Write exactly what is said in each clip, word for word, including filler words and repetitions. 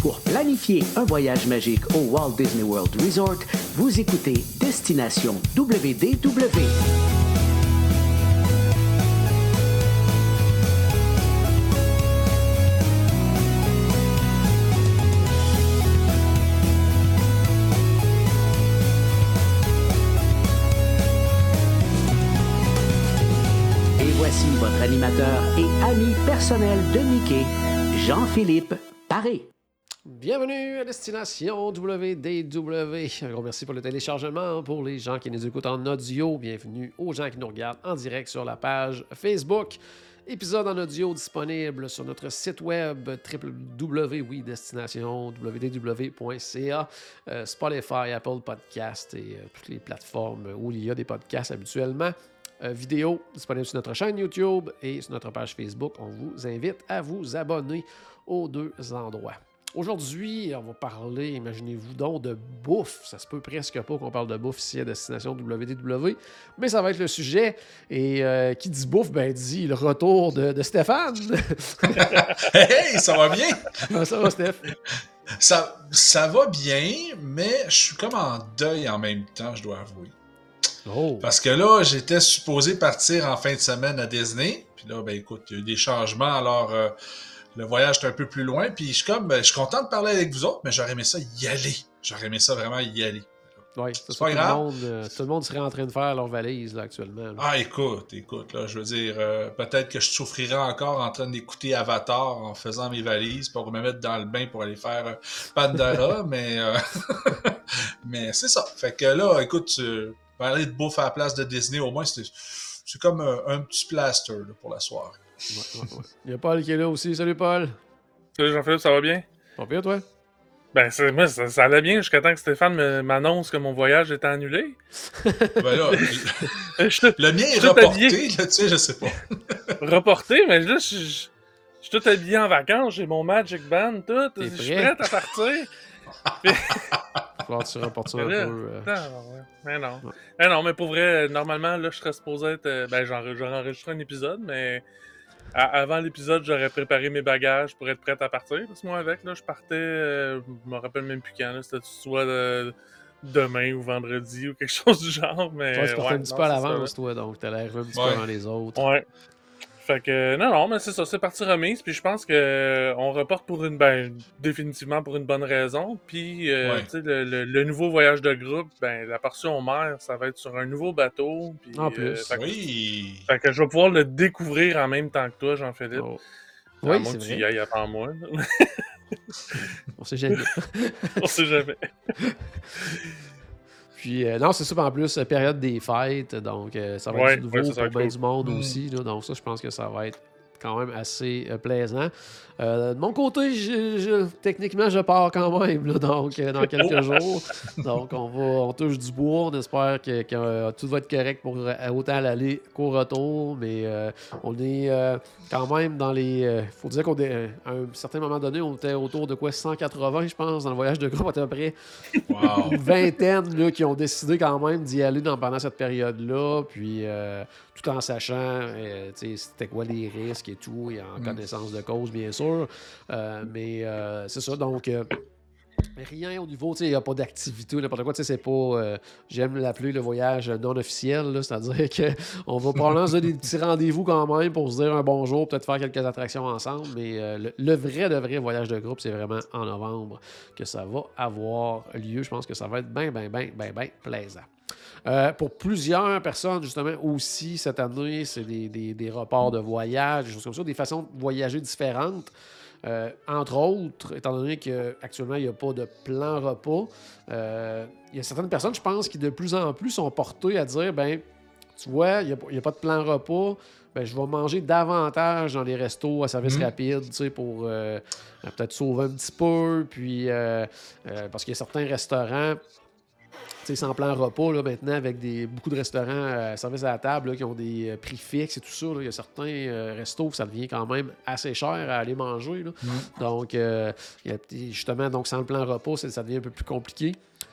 Pour planifier un voyage magique au Walt Disney World Resort, vous écoutez Destination W D W. Et voici votre animateur et ami personnel de Mickey, Jean-Philippe Paré. Bienvenue à Destination W D W. Un gros merci pour le téléchargement. Pour les gens qui nous écoutent en audio, bienvenue aux gens qui nous regardent en direct sur la page Facebook. Épisode en audio disponible sur notre site web w w w point destination w d w point c a, euh, Spotify, Apple Podcast et euh, toutes les plateformes où il y a des podcasts habituellement. Euh, vidéo disponible sur notre chaîne YouTube et sur notre page Facebook. On vous invite à vous abonner aux deux endroits. Aujourd'hui, on va parler, imaginez-vous donc, de bouffe. Ça se peut presque pas qu'on parle de bouffe ici à Destination W D W, mais ça va être le sujet. Et euh, qui dit bouffe, ben dit le retour de, de Stéphane. Hey, ça va bien? Comment ça va, Steph? Ça, ça va bien, mais je suis comme en deuil en même temps, je dois avouer. Oh. Parce que là, j'étais supposé partir en fin de semaine à Disney. Puis là, ben écoute, il y a eu des changements, alors euh, le voyage est un peu plus loin. Puis je suis comme, ben, je suis content de parler avec vous autres, mais j'aurais aimé ça y aller. J'aurais aimé ça vraiment y aller. Oui, c'est, c'est pas pas grave. grave. Tout le, monde, euh, tout le monde serait en train de faire leur valise là, actuellement. Là. Ah, écoute, écoute, là, je veux dire, euh, peut-être que je souffrirai encore en train d'écouter Avatar en faisant mes valises pour me mettre dans le bain pour aller faire euh, Pandora, mais, euh, mais c'est ça. Fait que là, écoute, tu... parler de bouffe à la place de Disney, au moins, c'est, c'est comme un, un petit plaster là, pour la soirée. Ouais, ouais, ouais. Il y a Paul qui est là aussi. Salut, Paul. Salut, Jean-Philippe, ça va bien? Pas pire, toi? Ben, c'est, moi, ça, ça allait bien jusqu'à temps que Stéphane me, m'annonce que mon voyage était annulé. Ben là, je te, le mien est je reporté, là, tu sais, je sais pas. Reporté, mais là, je, je, je suis tout habillé en vacances, j'ai mon Magic Band, tout. T'es Je suis prêt? prête à partir. Il va falloir que tu reportes ça un là, peu. Euh... Non, ouais. mais non. Ouais. Mais non, mais pour vrai, normalement, là, je serais supposé être... euh, Ben, j'aurais enregistré un épisode, mais... À, avant l'épisode, j'aurais préparé mes bagages pour être prête à partir. Parce que moi, avec, là, je partais... Euh, je me rappelle même plus quand, là. C'était soit de, demain ou vendredi ou quelque chose du genre, mais... Toi, tu partais ouais, un petit non, peu à c'est l'avance, ça, toi, donc t'allais arriver un petit Ouais. peu avant les autres. Ouais. Fait que, non, non, mais c'est ça, c'est parti remise, puis je pense que on reporte pour une, ben, définitivement pour une bonne raison, puis, euh, Ouais. tu sais, le, le, le nouveau voyage de groupe, ben, la portion mer, ça va être sur un nouveau bateau, puis... En plus. euh, fait, que, Oui. fait que je vais pouvoir le découvrir en même temps que toi, Jean-Philippe. Oh. À Oui, moins c'est que tu y vrai. ailles avant moi. On sait jamais. On sait jamais. Puis, euh, non, c'est ça, en plus, euh, période des fêtes, donc euh, ça va Ouais, être du nouveau ouais, ça, ça va pour être bien cool. du monde Mm. aussi, là, donc ça, je pense que ça va être quand même assez euh, plaisant. Euh, de mon côté, je, je- techniquement, je pars quand même, là, donc euh, dans quelques jours. Donc, on va, on touche du bois, on espère que, que, euh, tout va être correct pour euh, autant l'aller qu'au retour, mais euh, on est euh, quand même dans les... Il faut dire qu'à un certain moment donné, on était autour de quoi, cent quatre-vingts, je pense, dans le voyage de groupe, à peu près Wow. une vingtaine là, qui ont décidé quand même d'y aller dans, pendant cette période-là, puis euh, tout en sachant euh, tu sais, c'était quoi les risques et tout, et en Mm. connaissance de cause, bien sûr. Euh, mais euh, c'est ça, donc euh, rien au niveau, tu sais, il n'y a pas d'activité ou n'importe quoi, tu sais, c'est pas, euh, j'aime l'appeler le voyage non officiel, là, c'est-à-dire qu'on va probablement se donner des petits rendez-vous quand même pour se dire un bonjour, peut-être faire quelques attractions ensemble, mais euh, le, le vrai de vrai voyage de groupe, c'est vraiment en novembre que ça va avoir lieu. Je pense que ça va être bien, bien, bien, bien, bien plaisant. Euh, pour plusieurs personnes, justement, aussi, cette année, c'est des, des, des reports de voyage, des choses comme ça, des façons de voyager différentes. Euh, entre autres, étant donné qu'actuellement, il n'y a pas de plan repas, euh, il y a certaines personnes, je pense, qui de plus en plus sont portées à dire, ben, tu vois, il n'y a, a pas de plan repas, ben, je vais manger davantage dans les restos à service Mmh. rapide, tu sais, pour euh, peut-être sauver un petit peu, puis euh, euh, parce qu'il y a certains restaurants, tu sais, sans plan repas, là, maintenant, avec des, beaucoup de restaurants euh, service à la table là, qui ont des euh, prix fixes et tout ça. Là. Il y a certains euh, restos où ça devient quand même assez cher à aller manger. Là. Mm. Donc, euh, il y a, justement, donc, sans le plan repas, ça, ça devient un peu plus compliqué.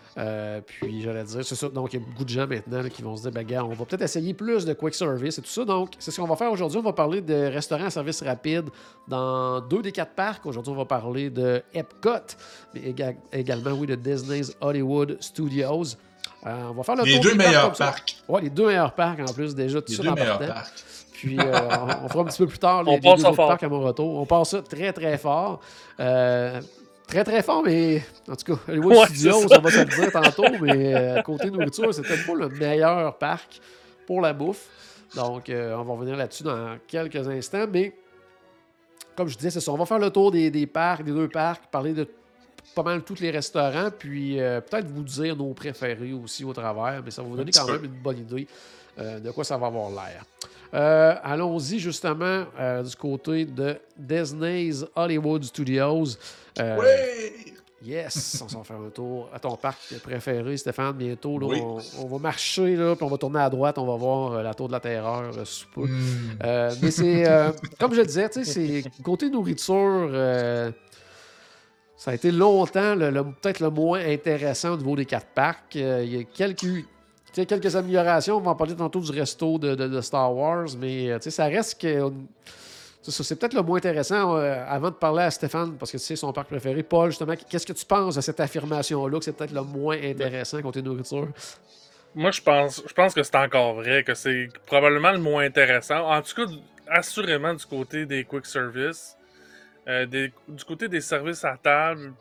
Euh, puis j'allais dire, c'est ça. Donc, il y a beaucoup de gens maintenant là, qui vont se dire, ben, gars, on va peut-être essayer plus de quick service et tout ça. Donc, c'est ce qu'on va faire aujourd'hui. On va parler de restaurants à service rapide dans deux des quatre parcs. Aujourd'hui, on va parler de Epcot, mais éga- également, oui, de Disney's Hollywood Studios. Euh, on va faire le Les tour deux des meilleurs parcs. comme ça. parcs. Ouais, les deux meilleurs parcs en plus, déjà, tout Les ça deux en meilleurs partant. parcs. Puis, euh, on, on fera un petit peu plus tard les, On les passe deux ça autres fort. parcs à mon retour. On passe ça très, très fort. Euh, très, très fort, mais en tout cas, Hollywood Ouais, Studios, c'est ça. on va se le dire tantôt, mais euh, côté nourriture, c'était pas le meilleur parc pour la bouffe. Donc, euh, on va revenir là-dessus dans quelques instants. Mais, comme je disais, c'est ça. On va faire le tour des, des parcs, des deux parcs, parler de pas mal tous les restaurants, puis euh, peut-être vous dire nos préférés aussi au travers, mais ça va vous donner petit quand peu. même une bonne idée euh, de quoi ça va avoir l'air. Euh, allons-y justement euh, du côté de Disney's Hollywood Studios. Euh, Oui! Yes, on s'en fait un tour à ton parc préféré, Stéphane. Bientôt, là, Oui. on, on va marcher, là, puis on va tourner à droite, on va voir euh, la Tour de la Terreur euh, sous peu. Mm. Euh, mais c'est, euh, comme je le disais, tu sais, c'est côté nourriture, euh, ça a été longtemps le, le- peut-être le moins intéressant au niveau des quatre parcs. Euh, il y a quelques, tu sais, quelques améliorations. On va en parler tantôt du resto de, de- de Star Wars, mais euh, tu sais, ça reste que. C'est ça, c'est peut-être le moins intéressant. Euh, avant de parler à Stéphane, parce que c'est son parc préféré, Paul, justement, qu'est-ce que tu penses de cette affirmation-là, que c'est peut-être le moins intéressant côté nourriture? Moi, je pense, je pense que c'est encore vrai, que c'est probablement le moins intéressant. En tout cas, assurément du côté des quick service. Euh, des- du côté des services à table,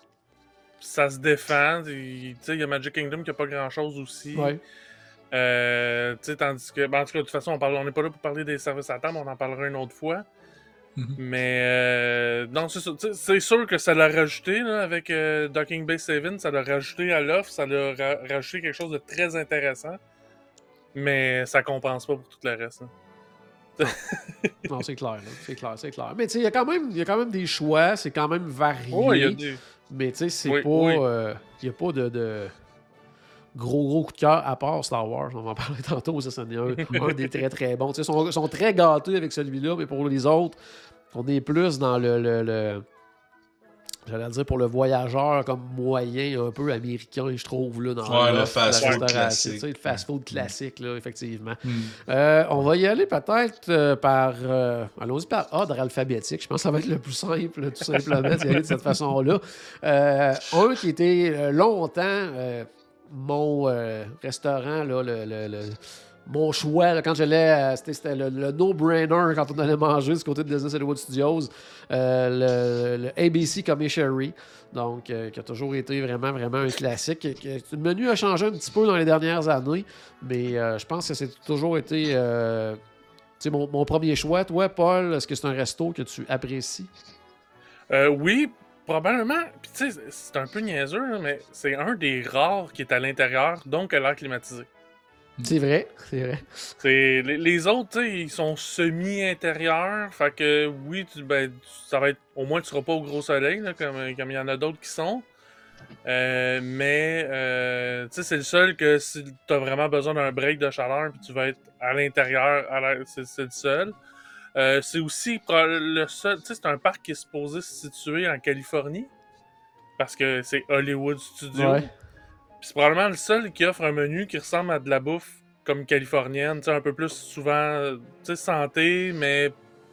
ça se défend. Il tu sais, il y a Magic Kingdom qui n'a pas grand-chose aussi. Ouais. Euh, tu sais, tandis que, ben, en tout cas, de toute façon, on parle, on n'est pas là pour parler des services à table, on en parlera une autre fois. Mhm. Mais euh, non, c'est ça. Tu sais, c'est sûr que ça l'a rajouté là, avec euh, Docking Bay Seven, ça l'a rajouté à l'offre, ça l'a ra- rajouté quelque chose de très intéressant. Mais ça compense pas pour tout le reste. hein. Non, c'est clair, là. C'est clair, c'est clair. Mais tu sais, il y a quand même, il y a quand même des choix, c'est quand même varié. Ouais, il y a des. Mais tu sais, c'est Oui, pas. oui. euh, Il n'y a pas de, de gros, gros coup de cœur à part Star Wars. On va en parler tantôt, ça, c'en est un, un des très, très bons. Tu sais, ils sont, sont très gâtés avec celui-là, mais pour les autres, on est plus dans le. le, le j'allais dire pour le voyageur comme moyen, un peu américain, je trouve, là, dans Ouais, le l'offre, fast-food la restauration, classique. tu sais, le fast-food classique, là, effectivement. Mm. Euh, on va y aller peut-être euh, par. euh, allons-y par ordre alphabétique. Je pense que ça va être le plus simple, tout simplement, d'y aller de cette façon-là. Euh, un qui était euh, longtemps euh, mon euh, restaurant, là, le, le- le- mon choix, là, quand j'allais, euh, c'était, c'était le, le no-brainer quand on allait manger du côté de Disney Hollywood Studios, euh, le, le A B C Commissary. Donc, euh, qui a toujours été vraiment, vraiment un classique. Que- que- Le menu a changé un petit peu dans les dernières années, mais euh, je pense que c'est toujours été euh, tu sais, mon, mon premier choix. Toi, Paul, est-ce que c'est un resto que tu apprécies? Euh, oui, probablement. Puis tu sais, c'est un peu niaiseux, là, mais c'est un des rares qui est à l'intérieur, donc à l'air climatisé. C'est vrai, c'est vrai. C'est, les, les autres, tu sais, ils sont semi-intérieurs. Fait que oui, tu, ben, tu- ça va être. Au moins, tu seras pas au gros soleil, là, comme comme il y en a d'autres qui sont. Euh, mais, euh, tu sais, c'est le seul que si tu as vraiment besoin d'un break de chaleur, puis tu vas être à l'intérieur, à l'air- c'est, c'est le seul. Euh, c'est aussi pro- le seul. Tu sais, c'est un parc qui est supposé se situer en Californie. Parce que c'est Hollywood Studios. Ouais. Puis c'est probablement le seul qui offre un menu qui ressemble à de la bouffe comme californienne, tu sais, un peu plus souvent, euh, tu sais, santé, mais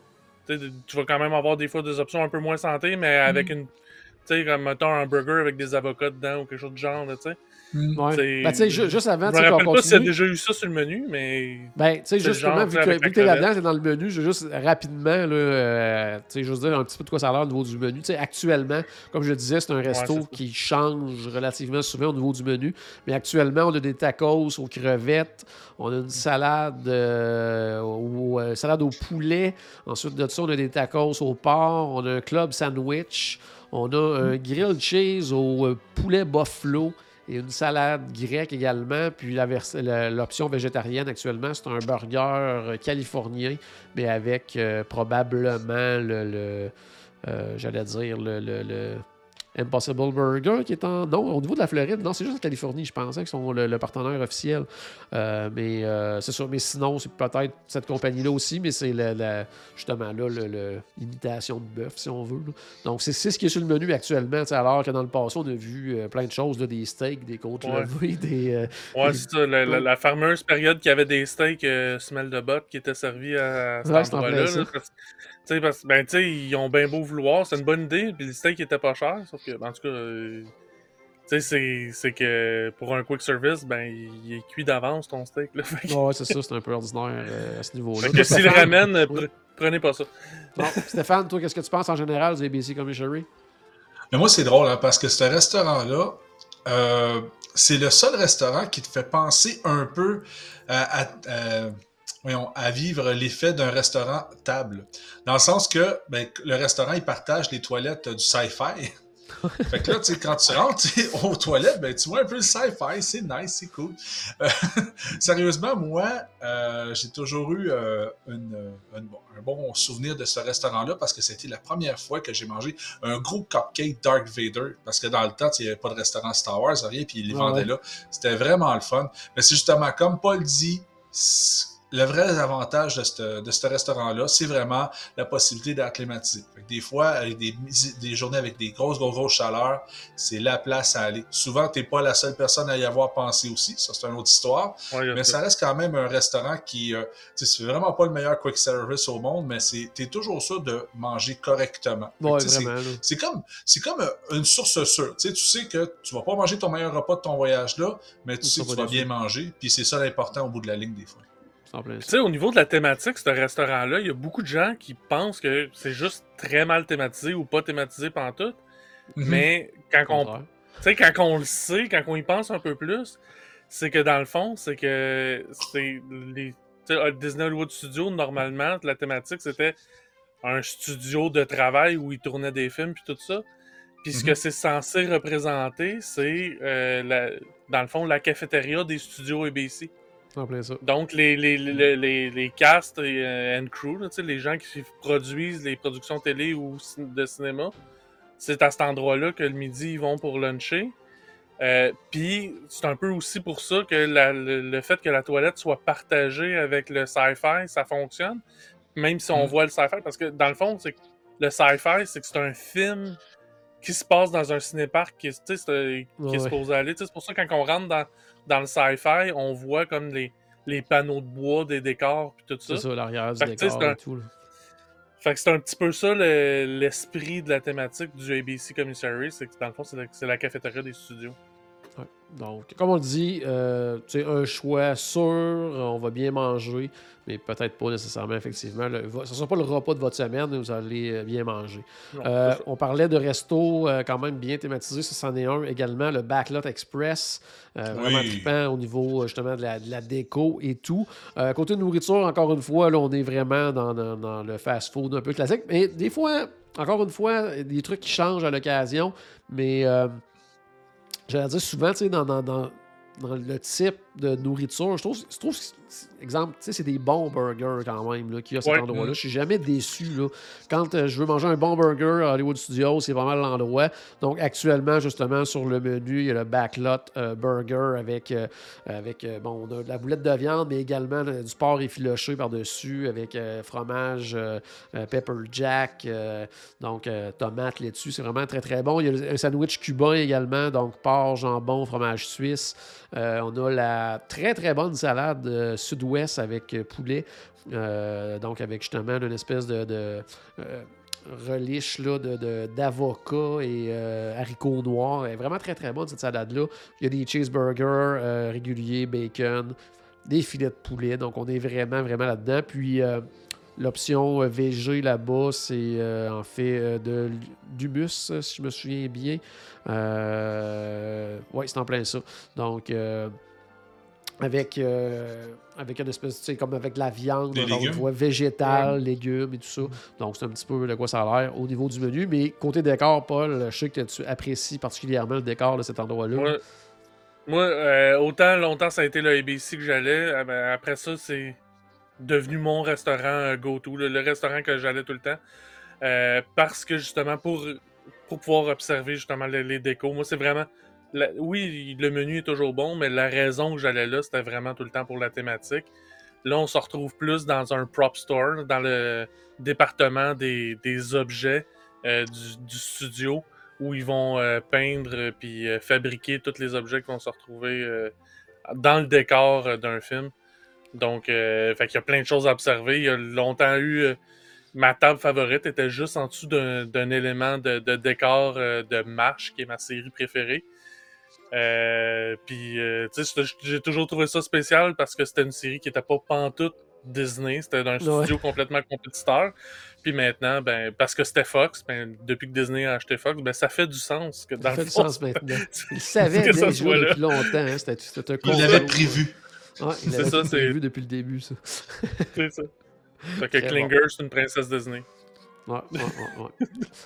tu sais, tu vas quand même avoir des fois des options un peu moins santé, mais avec une, tu sais, comme mettons un burger avec des avocats dedans ou quelque chose de genre, là, tu sais. Mm. Ouais. C'est- Ben, tu sais, ju- juste avant, Je tu sais, me qu'on rappelle pas s'il y a continue. déjà eu ça sur le menu, mais Ben, tu sais, C'est le justement, genre, vu tu sais, que, avec vu la que t'es là-dedans, crevette. c'est dans le menu, je veux juste rapidement, là, euh, tu sais, juste dire un petit peu de quoi ça a l'air au niveau du menu. Tu sais, actuellement, comme je disais, c'est un resto c'est ça. qui change relativement souvent au niveau du menu. Mais actuellement, on a des tacos aux crevettes, on a une salade, euh, au, euh, salade au poulet. Ensuite de ça, on a des tacos au porc, on a un club sandwich, on a un grilled cheese au euh, poulet buffalo. Et une salade grecque également. Puis la vers- la- l'option végétarienne actuellement, c'est un burger euh, californien, mais avec euh, probablement le, le, euh, j'allais dire, le, le, le- Impossible Burger qui est en... Non, au niveau de la Floride, non, c'est juste la Californie, je pensais, qui sont le, le partenaire officiel. Euh, mais euh, c'est sûr, mais sinon, c'est peut-être cette compagnie-là aussi, mais c'est la, la, justement là, le, le, l'imitation de bœuf, si on veut. Là. Donc, c'est, c'est ce qui est sur le menu actuellement, alors que dans le passé, on a vu euh, plein de choses, là, des steaks, des côtes Ouais. levées, des... Euh, Ouais, des... c'est ça, la, la, la fameuse période qui avait des steaks euh, smell de botte qui étaient servis à, à cet Ouais, c'est en endroit-là. plein Là, ça. parce, t'sais, parce, ben, tu sais, ils ont bien beau vouloir, c'est une bonne idée, puis le steak était pas cher, sauf que, ben, en tout cas, euh, tu sais, c'est, c'est que pour un quick service, ben, il est cuit d'avance ton steak. Là, fait que, Ouais, c'est ça, c'est un peu ordinaire euh, à ce niveau-là. fait que Toi, s'ils le Stéphane? ramènent, euh, Oui. pre- prenez pas ça. Bon, Stéphane, toi, qu'est-ce que tu penses en général du A B C Commissary? Mais moi, c'est drôle, hein, parce que ce restaurant-là, euh, c'est le seul restaurant qui te fait penser un peu à, à, à, voyons, à vivre l'effet d'un restaurant table. Dans le sens que ben, le restaurant, il partage les toilettes du sci-fi. Fait que là, tu sais, quand tu rentres aux toilettes, ben, tu vois un peu le sci-fi, c'est nice, c'est cool. Euh, sérieusement, moi, euh, j'ai toujours eu euh, une, une, un bon souvenir de ce restaurant-là parce que c'était la première fois que j'ai mangé un gros cupcake Darth Vader. Parce que dans le temps, il n'y avait pas de restaurant Star Wars, rien, puis ils les Ah vendaient ouais. là. C'était vraiment le fun. Mais c'est justement, comme Paul dit, le vrai avantage de ce de ce restaurant-là, c'est vraiment la possibilité d'acclimatiser. Fait que des fois, avec des, des journées avec des grosses, grosses, grosses chaleurs, c'est la place à aller. Souvent, tu n'es pas la seule personne à y avoir pensé aussi. Ça, c'est une autre histoire. Ouais, mais ça. ça reste quand même un restaurant qui... Euh, c'est vraiment pas le meilleur quick service au monde, mais tu es toujours sûr de manger correctement. Ouais, que, vraiment. C'est comme, comme une source sûre. Tu sais que tu vas pas manger ton meilleur repas de ton voyage-là, mais tu sais que tu vas bien manger. Puis c'est ça l'important au bout de la ligne des fois. Tu sais, au niveau de la thématique, ce restaurant-là, il y a beaucoup de gens qui pensent que c'est juste très mal thématisé ou pas thématisé pantoute. Mm-hmm. Mais quand on, quand on le sait, quand on y pense un peu plus, c'est que dans le fond, c'est que c'est les Disney Hollywood Studios, normalement, la thématique, c'était un studio de travail où ils tournaient des films puis tout ça. Puis mm-hmm. ce que c'est censé représenter, c'est, euh, la, dans le fond, la cafétéria des studios A B C. Donc, les, les, les, les, les cast et euh, and crew, là, les gens qui produisent les productions télé ou de cinéma, c'est à cet endroit-là que le midi, ils vont pour luncher. Euh, Puis, c'est un peu aussi pour ça que la, le, le fait que la toilette soit partagée avec le sci-fi, ça fonctionne. Même si on mm. voit le sci-fi, parce que dans le fond, c'est que le sci-fi, c'est que c'est un film qui se passe dans un cinéparc qui, qui ouais. est supposé aller. C'est pour ça que quand on rentre dans... Dans le sci-fi, on voit comme les, les panneaux de bois, des décors, puis tout ça. C'est ça, l'arrière du décor un... et tout. Là. Fait que c'est un petit peu ça le, l'esprit de la thématique du A B C Commissary, c'est que dans le fond, c'est la, c'est la cafétéria des studios. Ouais. Donc, comme on le dit, euh, c'est un choix sûr, on va bien manger, mais peut-être pas nécessairement, effectivement. Le, ce ne sera pas le repas de votre semaine, vous allez bien manger. Non, euh, on parlait de resto euh, quand même bien thématisé, ça c'en est un également, le Backlot Express, euh, oui. vraiment trippant au niveau justement de la, de la déco et tout. Euh, côté nourriture, encore une fois, là, on est vraiment dans, dans, dans le fast-food un peu classique, mais des fois, encore une fois, des trucs qui changent à l'occasion, mais... Euh, J'allais dire souvent, tu sais, dans, dans, dans, dans le type de nourriture, je trouve, je trouve exemple, tu sais, c'est des bons burgers quand même là, qu'il y a à cet ouais. endroit-là. Je suis jamais déçu. Là. Quand euh, je veux manger un bon burger à Hollywood Studios, c'est vraiment l'endroit. Donc, actuellement, justement, sur le menu, il y a le Backlot euh, Burger avec, euh, avec euh, bon, on a de la boulette de viande, mais également euh, du porc effiloché par-dessus avec euh, fromage, euh, euh, pepper jack, euh, donc euh, tomate là-dessus. C'est vraiment très, très bon. Il y a un sandwich cubain également, donc porc, jambon, fromage suisse. Euh, on a la très, très bonne salade euh, sud-ouest avec euh, poulet, euh, donc avec justement une espèce de, de euh, relish là, de, de, d'avocat et euh, haricots noirs. Elle est vraiment très, très bonne, cette salade-là. Il y a des cheeseburgers euh, réguliers, bacon, des filets de poulet, donc on est vraiment, vraiment là-dedans. Puis... Euh, L'option V G là-bas, c'est euh, en fait euh, de d'humus, si je me souviens bien. Euh, oui, c'est en plein ça. Donc, euh, avec, euh, avec une espèce, tu sais, comme avec de la viande, une fois, végétale, ouais. légumes et tout ça. Donc, c'est un petit peu de quoi ça a l'air au niveau du menu. Mais côté décor, Paul, je sais que tu apprécies particulièrement le décor de cet endroit-là. Ouais. Moi, euh, autant longtemps ça a été le A B C que j'allais. Après ça, c'est... devenu mon restaurant go-to, le, le restaurant que j'allais tout le temps. Euh, parce que justement, pour pour pouvoir observer justement les, les décos. Moi, c'est vraiment... La... Oui, le menu est toujours bon, mais la raison que j'allais là, c'était vraiment tout le temps pour la thématique. Là, on se retrouve plus dans un prop store, dans le département des, des objets euh, du, du studio, où ils vont euh, peindre puis euh, fabriquer tous les objets qui vont se retrouver euh, dans le décor euh, d'un film. Donc, euh, fait qu'il y a plein de choses à observer. Il y a longtemps eu... Euh, ma table favorite était juste en dessous d'un, d'un élément de, de décor euh, de MASH, qui est ma série préférée. Euh, puis, euh, tu sais, j'ai toujours trouvé ça spécial parce que c'était une série qui était pas pantoute Disney, c'était d'un studio ouais. complètement compétiteur. Puis maintenant, ben, parce que c'était Fox, ben, depuis que Disney a acheté Fox, ben, ça fait du sens. Que dans ça fait le du fond, sens maintenant. Il savait déjà depuis longtemps. Hein, c'était, c'était un il l'avait prévu. Ouais, il l'avait c'est ça, prévu c'est... depuis le début, ça. C'est ça. Fait que Klinger, bon. C'est une princesse Disney. Ouais, ouais, ouais. ouais.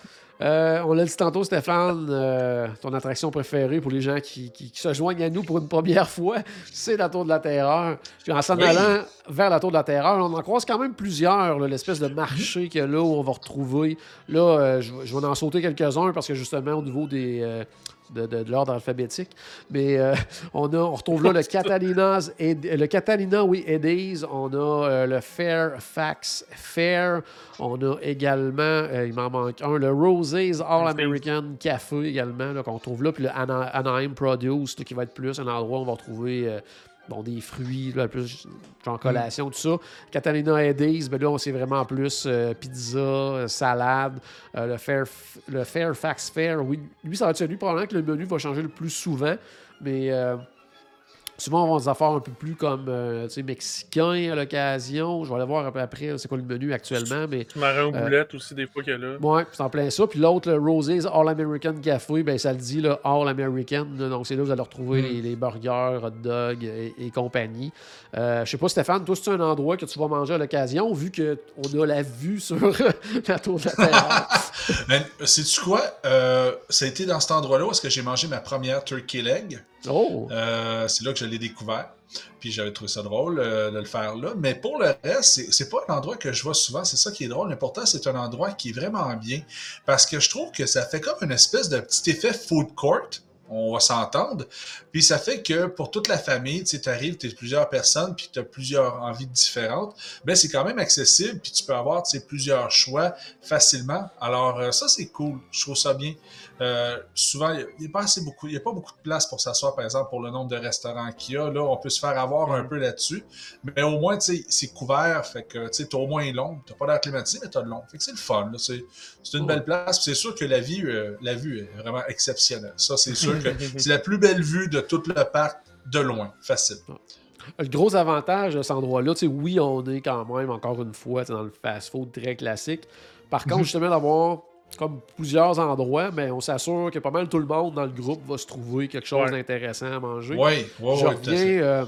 Euh, on l'a dit tantôt, Stéphane, euh, ton attraction préférée pour les gens qui, qui, qui se joignent à nous pour une première fois, c'est la Tour de la Terreur. Puis en s'en oui. allant vers la Tour de la Terreur, on en croise quand même plusieurs, là, l'espèce de marché qu'il y a là où on va retrouver. Là, euh, je, je vais en sauter quelques-uns parce que justement, au niveau des... Euh, De, de, de l'ordre alphabétique. Mais euh, on, a, on retrouve là le Catalina's Ed, le Catalina, oui, Eddies. On a euh, le Fairfax Fair. On a également, euh, il m'en manque un, le Rose's All-American Café également, là, qu'on trouve là. Puis le Ana, Anaheim Produce, là, qui va être plus un endroit où on va retrouver... Euh, Bon, des fruits, là, plus genre collation, mm. tout ça. Catalina Eddies, ben là, c'est vraiment plus euh, pizza, euh, salade. Euh, le, Fair, le Fairfax Fair, oui, lui, ça va être celui probablement que le menu va changer le plus souvent. Mais euh, souvent, on va des affaires un peu plus comme euh, mexicain à l'occasion. Je vais aller voir après, après c'est quoi le menu actuellement. Mais, marin aux boulettes euh, aussi, des fois qu'il y a là. Oui, c'est en plein ça. Puis l'autre, le Rose's All-American Café, ben, ça le dit, le All-American. Là, donc, c'est là que vous allez retrouver mm. les, les burgers, hot dogs et, et compagnie. Euh, je sais pas, Stéphane, toi, c'est un endroit que tu vas manger à l'occasion, vu qu'on a la vue sur la Tour de la Terreur. Ben, sais-tu quoi? Euh, ça a été dans cet endroit-là où est-ce que j'ai mangé ma première turkey leg. Oh. Euh, c'est là que je l'ai découvert. Puis j'avais trouvé ça drôle euh, de le faire là. Mais pour le reste, c'est, c'est pas un endroit que je vois souvent. C'est ça qui est drôle. Mais pourtant, c'est un endroit qui est vraiment bien. Parce que je trouve que ça fait comme une espèce de petit effet food court. On va s'entendre. Puis ça fait que pour toute la famille, tu sais, t'arrives, t'es plusieurs personnes, puis t'as plusieurs envies différentes, ben c'est quand même accessible, puis tu peux avoir, tu sais, plusieurs choix facilement. Alors euh, ça, c'est cool. Je trouve ça bien. Euh, souvent, il n'y a pas assez beaucoup, il n'y a pas beaucoup de place pour s'asseoir, par exemple, pour le nombre de restaurants qu'il y a. Là, on peut se faire avoir un peu là-dessus. Mais au moins, tu sais, c'est couvert, fait que, tu sais, t'as au moins l'ombre. T'as pas d'air climatisé, mais t'as de l'ombre. Fait que c'est le fun, là. C'est, c'est une belle place. Puis c'est sûr que la vue, euh, la vue est vraiment exceptionnelle. Ça, c'est sûr que c'est la plus belle vue de tout le parc, de loin. Facile. Le gros avantage de cet endroit-là, tu sais, oui, on est quand même, encore une fois, dans le fast-food très classique. Par contre, mm-hmm. justement, d'avoir comme plusieurs endroits, mais on s'assure que pas mal tout le monde dans le groupe va se trouver quelque chose ouais. d'intéressant à manger. Oui, oui, Je oui. reviens euh,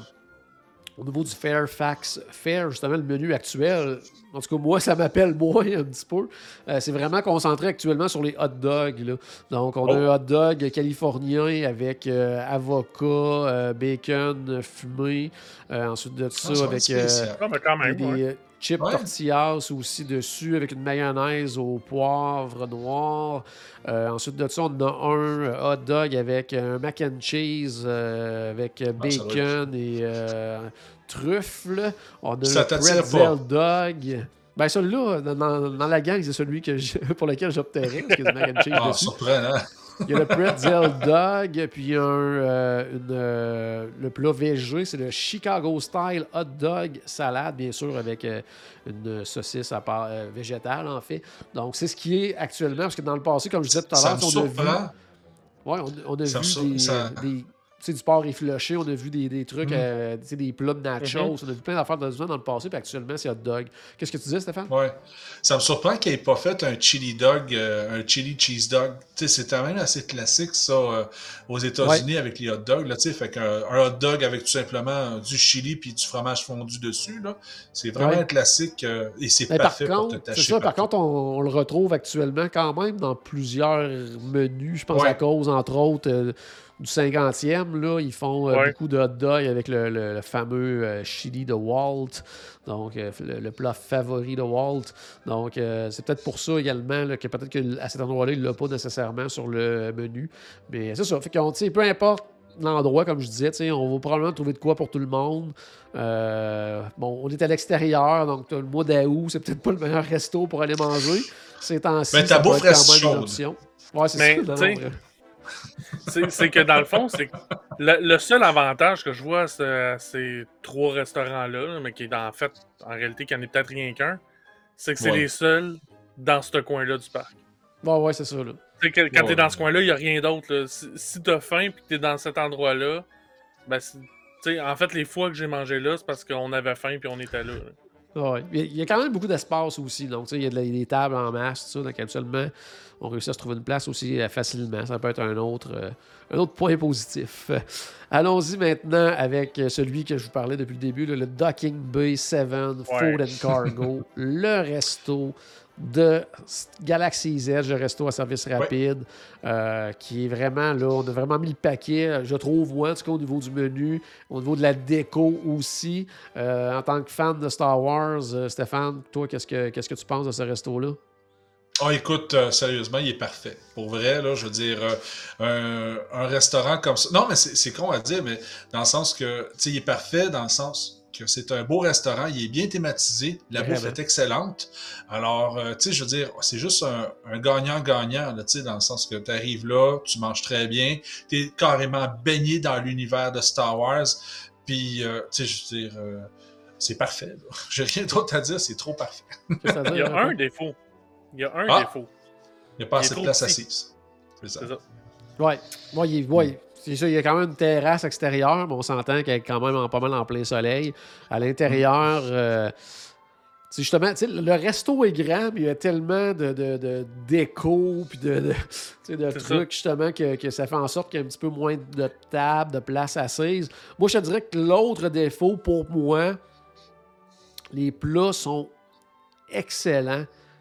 au niveau du Fairfax Fair, justement, le menu actuel. En tout cas, moi, ça m'appelle moins un petit peu. Euh, c'est vraiment concentré actuellement sur les hot dogs. Là. Donc, on a oh. un hot dog californien avec euh, avocat, euh, bacon fumé. Euh, ensuite de ça, ah, avec euh, ah, mais quand même, des ouais. chips ouais. tortillas aussi dessus avec une mayonnaise au poivre noir. Euh, ensuite de ça, on a un hot dog avec un mac and cheese euh, avec ah, bacon et euh, truffle. On a ça le pretzel dog. Ben celui-là, dans, dans la gang, c'est celui que je, pour lequel j'opterais parce qu'il y a du mac and cheese ah, dessus. Surprenant. Il y a le pretzel dog, puis il y a un, euh, une, euh, le plat végé, c'est le Chicago Style Hot Dog Salade, bien sûr, avec euh, une saucisse à part, euh, végétale, en fait. Donc, c'est ce qui est actuellement, parce que dans le passé, comme je disais tout à l'heure, on a vu... Ouais, on, on a ça vu des... Ça... des tu sais, du porc effiloché, on a vu des, des trucs, mm. euh, tu sais, des plats de nachos, mm-hmm. on a vu plein d'affaires de dans le passé, puis actuellement, c'est hot dog. Qu'est-ce que tu disais, Stéphane? Ouais. Ça me surprend qu'il n'ait pas fait un chili dog, euh, un chili cheese dog. Tu sais, c'est quand même assez classique, ça, euh, aux États-Unis, ouais. avec les hot dogs, là, tu sais, fait qu'un un hot dog avec tout simplement du chili puis du fromage fondu dessus, là, c'est vraiment ouais. un classique, euh, et c'est Mais parfait par contre, pour te tâcher. C'est ça, par contre, on, on le retrouve actuellement quand même dans plusieurs menus, je pense ouais. à cause, entre autres, euh, du cinquantième, là, ils font euh, Ouais. beaucoup de hot dog avec le, le- le fameux euh, chili de Walt, donc euh, le, le plat favori de Walt. Donc, euh, c'est peut-être pour ça également là, que peut-être qu'à cet endroit-là, il ne l'a pas nécessairement sur le menu. Mais c'est ça. Fait qu'on, tu sais, peu importe l'endroit, comme je disais, tu sais, on va probablement trouver de quoi pour tout le monde. Euh, bon, on est à l'extérieur, donc le mois d'août, c'est peut-être pas le meilleur resto pour aller manger. Ces temps-ci, Mais ta ça peut bouffe être quand reste même une chaude. option. Ouais, c'est Mais, ça. non, tu sais, non, vrai. C'est c'est que dans le fond, c'est que le, le seul avantage que je vois à, ce- à ces trois restaurants-là, là, mais qui est en fait, en réalité, qu'il n'y en ait peut-être rien qu'un, c'est que c'est Ouais. les seuls dans ce coin-là du parc. Bon, ouais, c'est ça. Là. Tu sais, que- quand Ouais. t'es dans ce coin-là, il n'y a rien d'autre. là. Si, si t'as faim et que t'es dans cet endroit-là, ben, c'est- tu sais, en fait, les fois que j'ai mangé là, c'est parce qu'on avait faim puis on était là. là. Ouais. Il y a- il y a quand même beaucoup d'espace aussi. Donc, tu sais, il y a de la- des tables en masse, tout ça. Donc, habituellement, on réussit à se trouver une place aussi euh, facilement. Ça peut être un autre, euh, un autre point positif. Euh, Allons-y maintenant avec euh, celui que je vous parlais depuis le début, là, le Docking Bay sept Food and Cargo, le resto de Galaxy's Edge, le resto à service rapide, euh, qui est vraiment là, on a vraiment mis le paquet, je trouve, moi, en tout cas au niveau du menu, au niveau de la déco aussi. Euh, en tant que fan de Star Wars, euh, Stéphane, toi, qu'est-ce que, qu'est-ce que tu penses de ce resto-là? Ah, écoute, euh, sérieusement, il est parfait. Pour vrai, là, je veux dire, euh, un, un restaurant comme ça. Non, mais c'est c'est con à dire, mais dans le sens que, tu sais, il est parfait dans le sens que c'est un beau restaurant, il est bien thématisé, la bouffe Vraiment. est excellente. Alors, euh, tu sais, je veux dire, c'est juste un, un gagnant-gagnant, là, tu sais, dans le sens que tu arrives là, tu manges très bien, tu es carrément baigné dans l'univers de Star Wars, puis, euh, tu sais, je veux dire, euh, c'est parfait. là. J'ai rien d'autre à dire, c'est trop parfait. Qu'est-ce que ça Il y veut a dire, un Antoine? défaut. Il y a un Ah! défaut. Il n'y a pas Il est assez de trop place petit. assise. C'est ça. C'est ça. Ouais, ouais, il, ouais. C'est ça, il y a quand même une terrasse extérieure, mais on s'entend qu'elle est quand même en, pas mal en plein soleil. À l'intérieur, euh, c'est justement, tu sais, le resto est grand, mais il y a tellement de, de, de déco puis de, de, tu sais, de C'est trucs justement que, que ça fait en sorte qu'il y a un petit peu moins de table, de place assise. Moi, je te dirais que l'autre défaut pour moi, les plats sont excellents.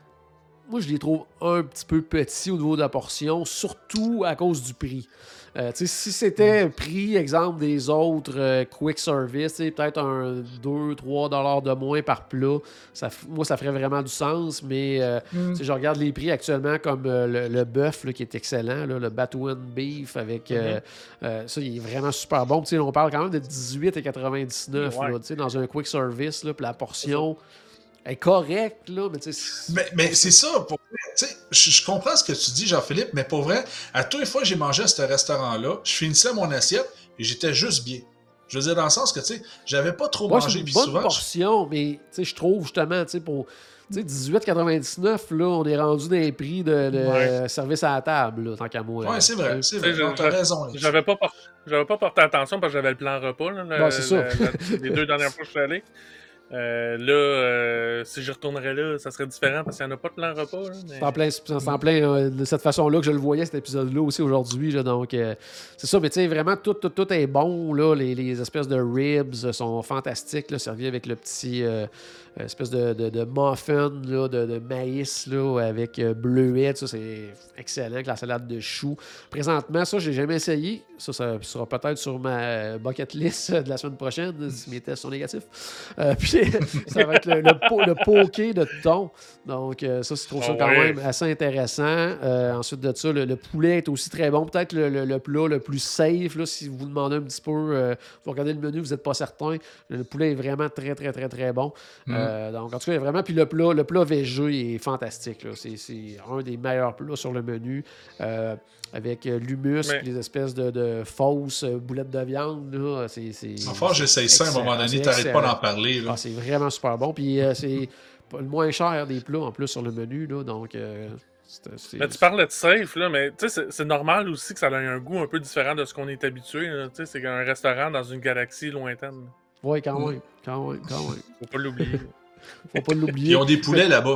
Moi, je les trouve un petit peu petits au niveau de la portion, surtout à cause du prix. Euh, tu sais, si c'était un prix, exemple, des autres euh, quick service, tu sais, peut-être un deux à trois dollars de moins par plat, ça, f- moi, ça ferait vraiment du sens, mais euh, tu sais, je regarde les prix actuellement comme euh, le, le bœuf là, qui est excellent, là, le Batouin Beef, avec euh, euh, ça, il est vraiment super bon. Tu sais, on parle quand même de dix-huit et quatre-vingt-dix-neuf Ouais. là, tu sais, dans un quick service, là, puis la portion est correcte, là, mais tu sais, c'est- Mais, mais c'est ça, pour vrai, tu sais, je, je comprends ce que tu dis, Jean-Philippe, mais pour vrai, à toutes les fois que j'ai mangé à ce restaurant-là, je finissais mon assiette et j'étais juste bien. Je veux dire, dans le sens que, tu sais, j'avais pas trop Moi, c'est mangé, une puis bonne souvent... je- portion, mais tu sais, je trouve justement, tu sais, pour tu sais, dix-huit quatre-vingt-dix-neuf, là, on est rendu dans les prix de, de Ouais. service à la table, là, tant qu'à moi. Ouais, là. c'est vrai, c'est vrai. Tu sais, Non, je- t'as je- raison. là-dessus. J'avais pas, por- j'avais pas porté attention parce que j'avais le plan repas. Là, le- Bon, c'est ça. la- la- les deux dernières fois que je suis allé. Euh, là, euh, si j'y retournerais là, ça serait différent parce qu'il n'y en a pas de plan repas. Là, mais... C'est en plein, c'est en plein euh, de cette façon-là que je le voyais, cet épisode-là aussi aujourd'hui. là. Donc, euh, c'est ça, mais tu sais, vraiment, tout, tout, tout est bon. Là. Les, les espèces de ribs sont fantastiques, là, servis avec le petit euh, espèce de, de, de muffin là, de, de maïs là, avec euh, bleuet. Ça, c'est excellent, avec la salade de choux. Présentement, ça, je n'ai jamais essayé. Ça, ça sera peut-être sur ma bucket list de la semaine prochaine, si mes tests sont négatifs. Euh, puis, ça va être le, le, po- le poké de thon. Donc, euh, ça, je trouve ça Ah quand ouais. même assez intéressant. Euh, ensuite de ça, le, le poulet est aussi très bon. Peut-être le, le- le plat le plus safe, là, si vous vous demandez un petit peu, euh, vous regardez le menu, vous n'êtes pas certain. Le poulet est vraiment très, très, très, très bon. Euh, donc, en tout cas, il y a vraiment. Puis le plat, le plat végé est fantastique. là. C'est, c'est un des meilleurs plats sur le menu. Euh, avec euh, l'humus Mais- puis les espèces de, de fausses euh, boulettes de viande. Là. C'est, c'est, Enfin, j'essaye ça à un moment excellent, donné, c'est t'arrêtes pas excellent. d'en parler. Là. Ah, c'est vraiment super bon. Puis euh, c'est pas le moins cher des plats en plus sur le menu. Là, donc, euh, c'est, c'est- Mais tu parlais de safe, là, mais tu sais, c'est- c'est normal aussi que ça ait un goût un peu différent de ce qu'on est habitué. là. Tu sais, c'est un restaurant dans une galaxie lointaine. Oui, quand même. Quand même, quand même. Faut pas l'oublier. Faut pas Ils l'oublier. ont des poulets là-bas.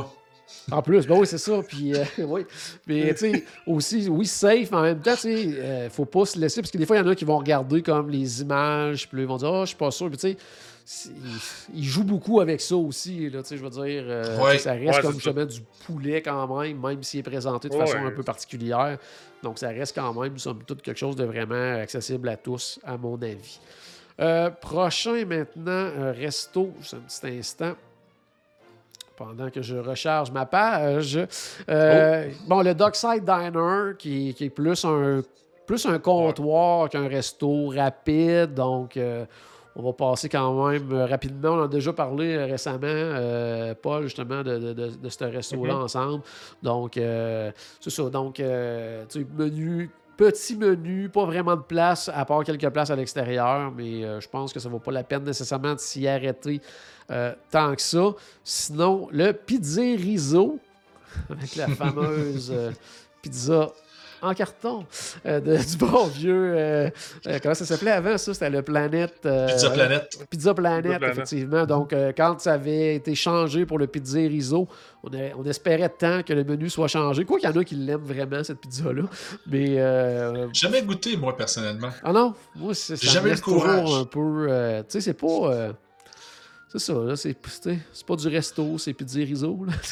En plus, ben oui, c'est ça. Puis, euh, oui. Mais, tu sais, aussi, oui, safe, mais en même temps, tu sais, euh, faut pas se laisser, parce que des fois, il y en a qui vont regarder comme les images, puis là, ils vont dire, ah, oh, je suis pas sûr. Puis, tu sais, ils jouent beaucoup avec ça aussi, là, tu sais, je veux dire, euh, Ouais. ça reste Ouais, comme c'est justement du poulet quand même, même s'il est présenté de Ouais. façon un peu particulière. Donc, ça reste quand même, somme toute, quelque chose de vraiment accessible à tous, à mon avis. Euh, prochain, maintenant, euh, resto, juste un petit instant. Pendant que je recharge ma page. Euh, Oh. Bon, le Dockside Diner, qui, qui est plus un, plus un comptoir qu'un resto rapide. Donc, euh, on va passer quand même rapidement. On en a déjà parlé euh, récemment, euh, Paul, justement, de, de, de, de ce resto-là Mhm. ensemble. Donc, euh, c'est ça. Donc, euh, tu sais, menu... Petit menu, pas vraiment de place, à part quelques places à l'extérieur, mais euh, je pense que ça ne vaut pas la peine nécessairement de s'y arrêter euh, tant que ça. Sinon, le Pizzerizo, avec la fameuse euh, pizza en carton euh, de, du bon vieux... euh, euh, comment ça s'appelait avant, ça? C'était le Planet... euh, Pizza Planet. Pizza Planet, Pizza Planet. effectivement. Donc, euh, quand ça avait été changé pour le Pizzerizo, on, a- on espérait tant que le menu soit changé. Quoi qu'il y en a qui l'aiment vraiment, cette pizza-là. Mais... euh, Jamais goûté, moi, personnellement. ah non, moi, c'est, ça J'ai jamais me eu laisse le courage. toujours un peu... euh, tu sais, c'est pas... euh, c'est ça, là, c'est, c'est, c'est pas du resto, c'est Pizzerizo, là.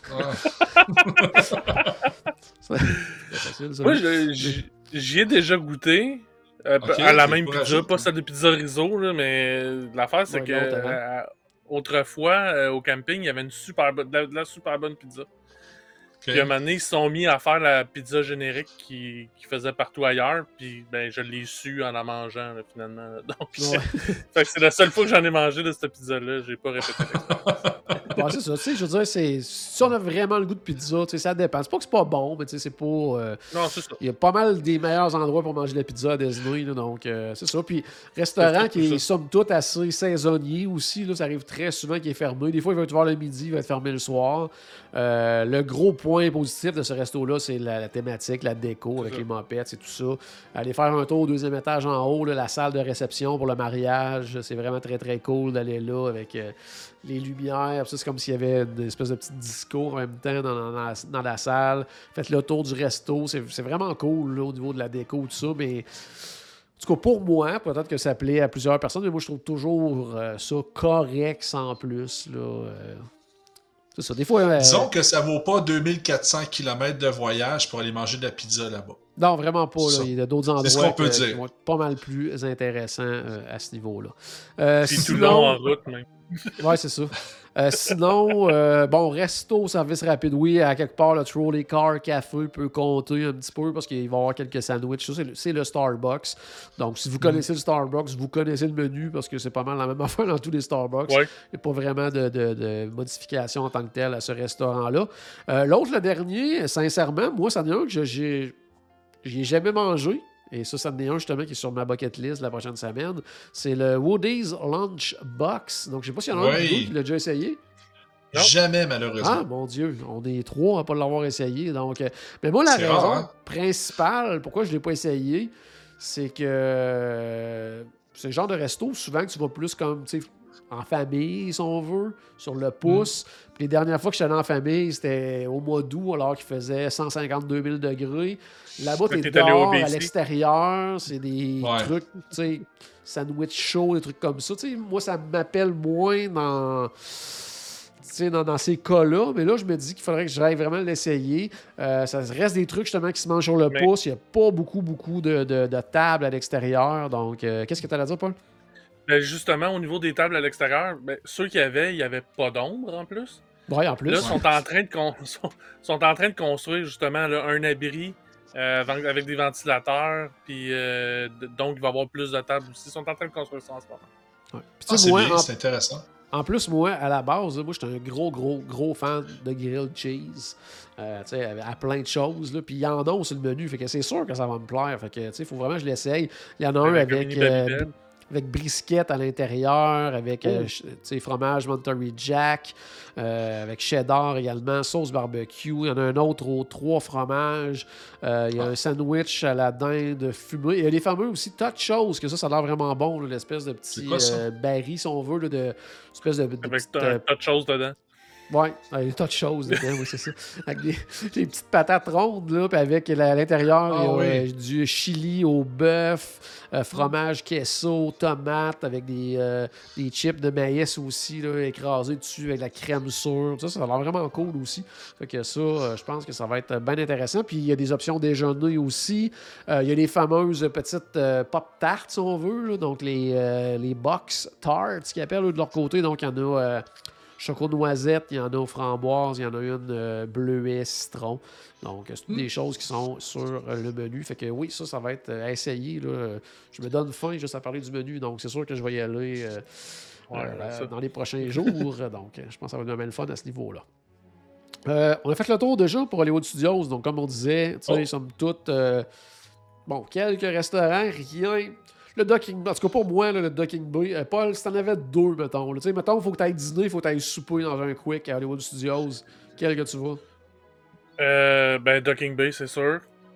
Ah. C'est facile, ça. Moi, je- j- j'y ai déjà goûté. euh, Ok, à la t'es même courageux, pizza, pas toi. celle de Pizza Rizzo, là, mais l'affaire, c'est Ouais, que l'autre avant. euh, autrefois, euh, au camping, il y avait une super bonne, de, la, de la super bonne pizza. Puis à un Ok. moment donné, ils se sont mis à faire la pizza générique qu'ils qui faisaient partout ailleurs. Puis ben, je l'ai su en la mangeant, là, finalement. là. Donc, Ouais. fait que c'est la seule fois que j'en ai mangé de cette pizza-là. J'ai pas répété l'expérience. Ouais, c'est ça, tu sais, je veux dire, c'est, si on a vraiment le goût de pizza, tu sais, ça dépend. C'est pas que c'est pas bon, mais tu sais, c'est pas... euh, Non, c'est ça. il y a pas mal des meilleurs endroits pour manger de la pizza à Disney, là, donc euh, c'est ça. Puis, restaurant qui est, C'est ça. somme toute, assez saisonnier aussi, là, ça arrive très souvent qu'il est fermé. Des fois, il va être ouvert le midi, il va être fermé le soir. Euh, le gros point positif de ce resto-là, c'est la, la thématique, la déco, avec ça. les mopettes, c'est tout ça. Aller faire un tour au deuxième étage en haut, là, la salle de réception pour le mariage, c'est vraiment très, très cool d'aller là avec... euh, les lumières, ça, c'est comme s'il y avait une espèce de petit disco en même temps dans, dans la, dans la salle. Faites le tour du resto, c'est, c'est vraiment cool là, au niveau de la déco, tout ça, mais en tout cas, pour moi, peut-être que ça plaît à plusieurs personnes, mais moi, je trouve toujours euh, ça correct sans plus. Là, euh, c'est ça, des fois... euh, Disons que ça vaut pas deux mille quatre cents kilomètres de voyage pour aller manger de la pizza là-bas. non, vraiment pas. Là. Ça. Il y a d'autres endroits C'est ce qu'on peut que- qui dire. vont être pas mal plus intéressants euh, à ce niveau-là. Euh, Puis tout sinon- le long en route, même. Ouais, c'est ça. Euh, sinon, euh, bon, resto, service rapide, oui, à quelque part, le Trolley Car Café peut compter un petit peu parce qu'il va y avoir quelques sandwichs. Ça, c'est, le, c'est le Starbucks. Donc, si vous connaissez le Starbucks, vous connaissez le menu parce que c'est pas mal la même affaire dans tous les Starbucks. Ouais. Il n'y a pas vraiment de, de, de modification en tant que telle à ce restaurant-là. Euh, l'autre, le dernier, sincèrement, moi, ça en est un que je- j'ai, j'ai jamais mangé. Et ça, ça en est un justement qui est sur ma bucket list la prochaine semaine. C'est le Woody's Lunch Box. Donc, je sais pas s'il y en a un Oui. de vous qui l'a déjà essayé. Non. Jamais, Ah, malheureusement. mon Dieu, on est trois à ne pas l'avoir essayé. Donc, euh, mais moi, la C'est raison rare, hein? principale pourquoi je ne l'ai pas essayé, c'est que euh, c'est le genre de resto souvent que tu vas plus comme, tu sais, en famille, si on veut, sur le pouce. Puis les dernières fois que je suis allé en famille, c'était au mois d'août, alors qu'il faisait cent cinquante-deux mille degrés. Là-bas, Fait que t'es t'es allé au dehors, B C. à l'extérieur, c'est des Ouais. trucs, tu sais, sandwich chaud, des trucs comme ça. Tu sais, moi, ça m'appelle moins dans... tu sais, Dans, dans ces cas-là, mais là, je me dis qu'il faudrait que j'aille vraiment l'essayer. Euh, ça reste des trucs justement qui se mangent sur le Mais- pouce. Il n'y a pas beaucoup, beaucoup de, de, de tables à l'extérieur. Donc, euh, qu'est-ce que tu as à dire, Paul? Ben, justement, au niveau des tables à l'extérieur, ben, ceux qu'il y avait, il n'y avait pas d'ombre en plus. Oui, en plus. Là, ils sont en train de con- sont, sont en train de construire justement là, un abri euh, avec avec des ventilateurs. Puis euh, d- donc, il va y avoir plus de tables aussi. Ils sont en train de construire ça en ce moment. Ouais. Puis, tu Ah, sais, c'est moi, bien, en- c'est intéressant. En plus, moi, à la base, là, moi, j'étais un gros, gros, gros fan de grilled cheese. Euh, tu sais, à plein de choses. Là. Puis il y en a aussi le menu. Fait que c'est sûr que ça va me plaire. Fait que, tu sais, il faut vraiment que je l'essaye. Il y en a un Avec un avec, mini euh, Babybel. b- avec brisket à l'intérieur, avec euh, Oh. ch- tu sais, fromage Monterey Jack, euh, avec cheddar également, sauce barbecue. Il y en a un autre aux trois fromages. Euh, il y a Ah. un sandwich à la dinde fumée. Il y a les fameux aussi tas de choses, que ça, ça a l'air vraiment bon. là, l'espèce de petit C'est quoi, ça? euh, baril, si on veut, là, de espèce de, de Avec petite, un euh, tas de choses dedans. Ouais, il y a des tas de choses dedans, oui, c'est ça. Avec des, des petites patates rondes, là, puis avec à l'intérieur, Ah, il y a oui. euh, du chili au bœuf, euh, fromage queso, tomate, avec des, euh, des chips de maïs aussi, là, écrasés dessus avec la crème sûre. Ça, ça a l'air vraiment cool aussi. Fait que ça, euh, je pense que ça va être bien intéressant. Puis il y a des options déjeuner aussi. Euh, il y a les fameuses petites euh, pop-tarts, si on veut, là, donc les, euh, les box tarts, qu'ils appellent eux, de leur côté. Donc il y en a... Euh, choco-noisette, il y en a aux framboises, il y en a une euh, bleuet citron. Donc, c'est toutes Mm. des choses qui sont sur euh, le menu. Fait que oui, ça, ça va être euh, à essayer. Là. Je me donne faim juste à parler du menu. Donc, c'est sûr que je vais y aller euh, Ouais, euh, ça. dans les prochains jours. Donc, euh, je pense que ça va être bien le fun à ce niveau-là. Euh, on a fait le tour déjà pour Hollywood Studios. Donc, comme on disait, tu sais, Oh. somme toute, euh, bon, quelques restaurants, rien. Le Docking Bay, en tout cas pour moi, là, le Docking Bay, euh, Paul, si t'en avais deux, mettons, tu sais, mettons, il faut que t'ailles dîner, il faut que t'ailles souper dans un quick à Hollywood Studios, quel que tu vas? Euh, ben, Docking Bay, c'est sûr.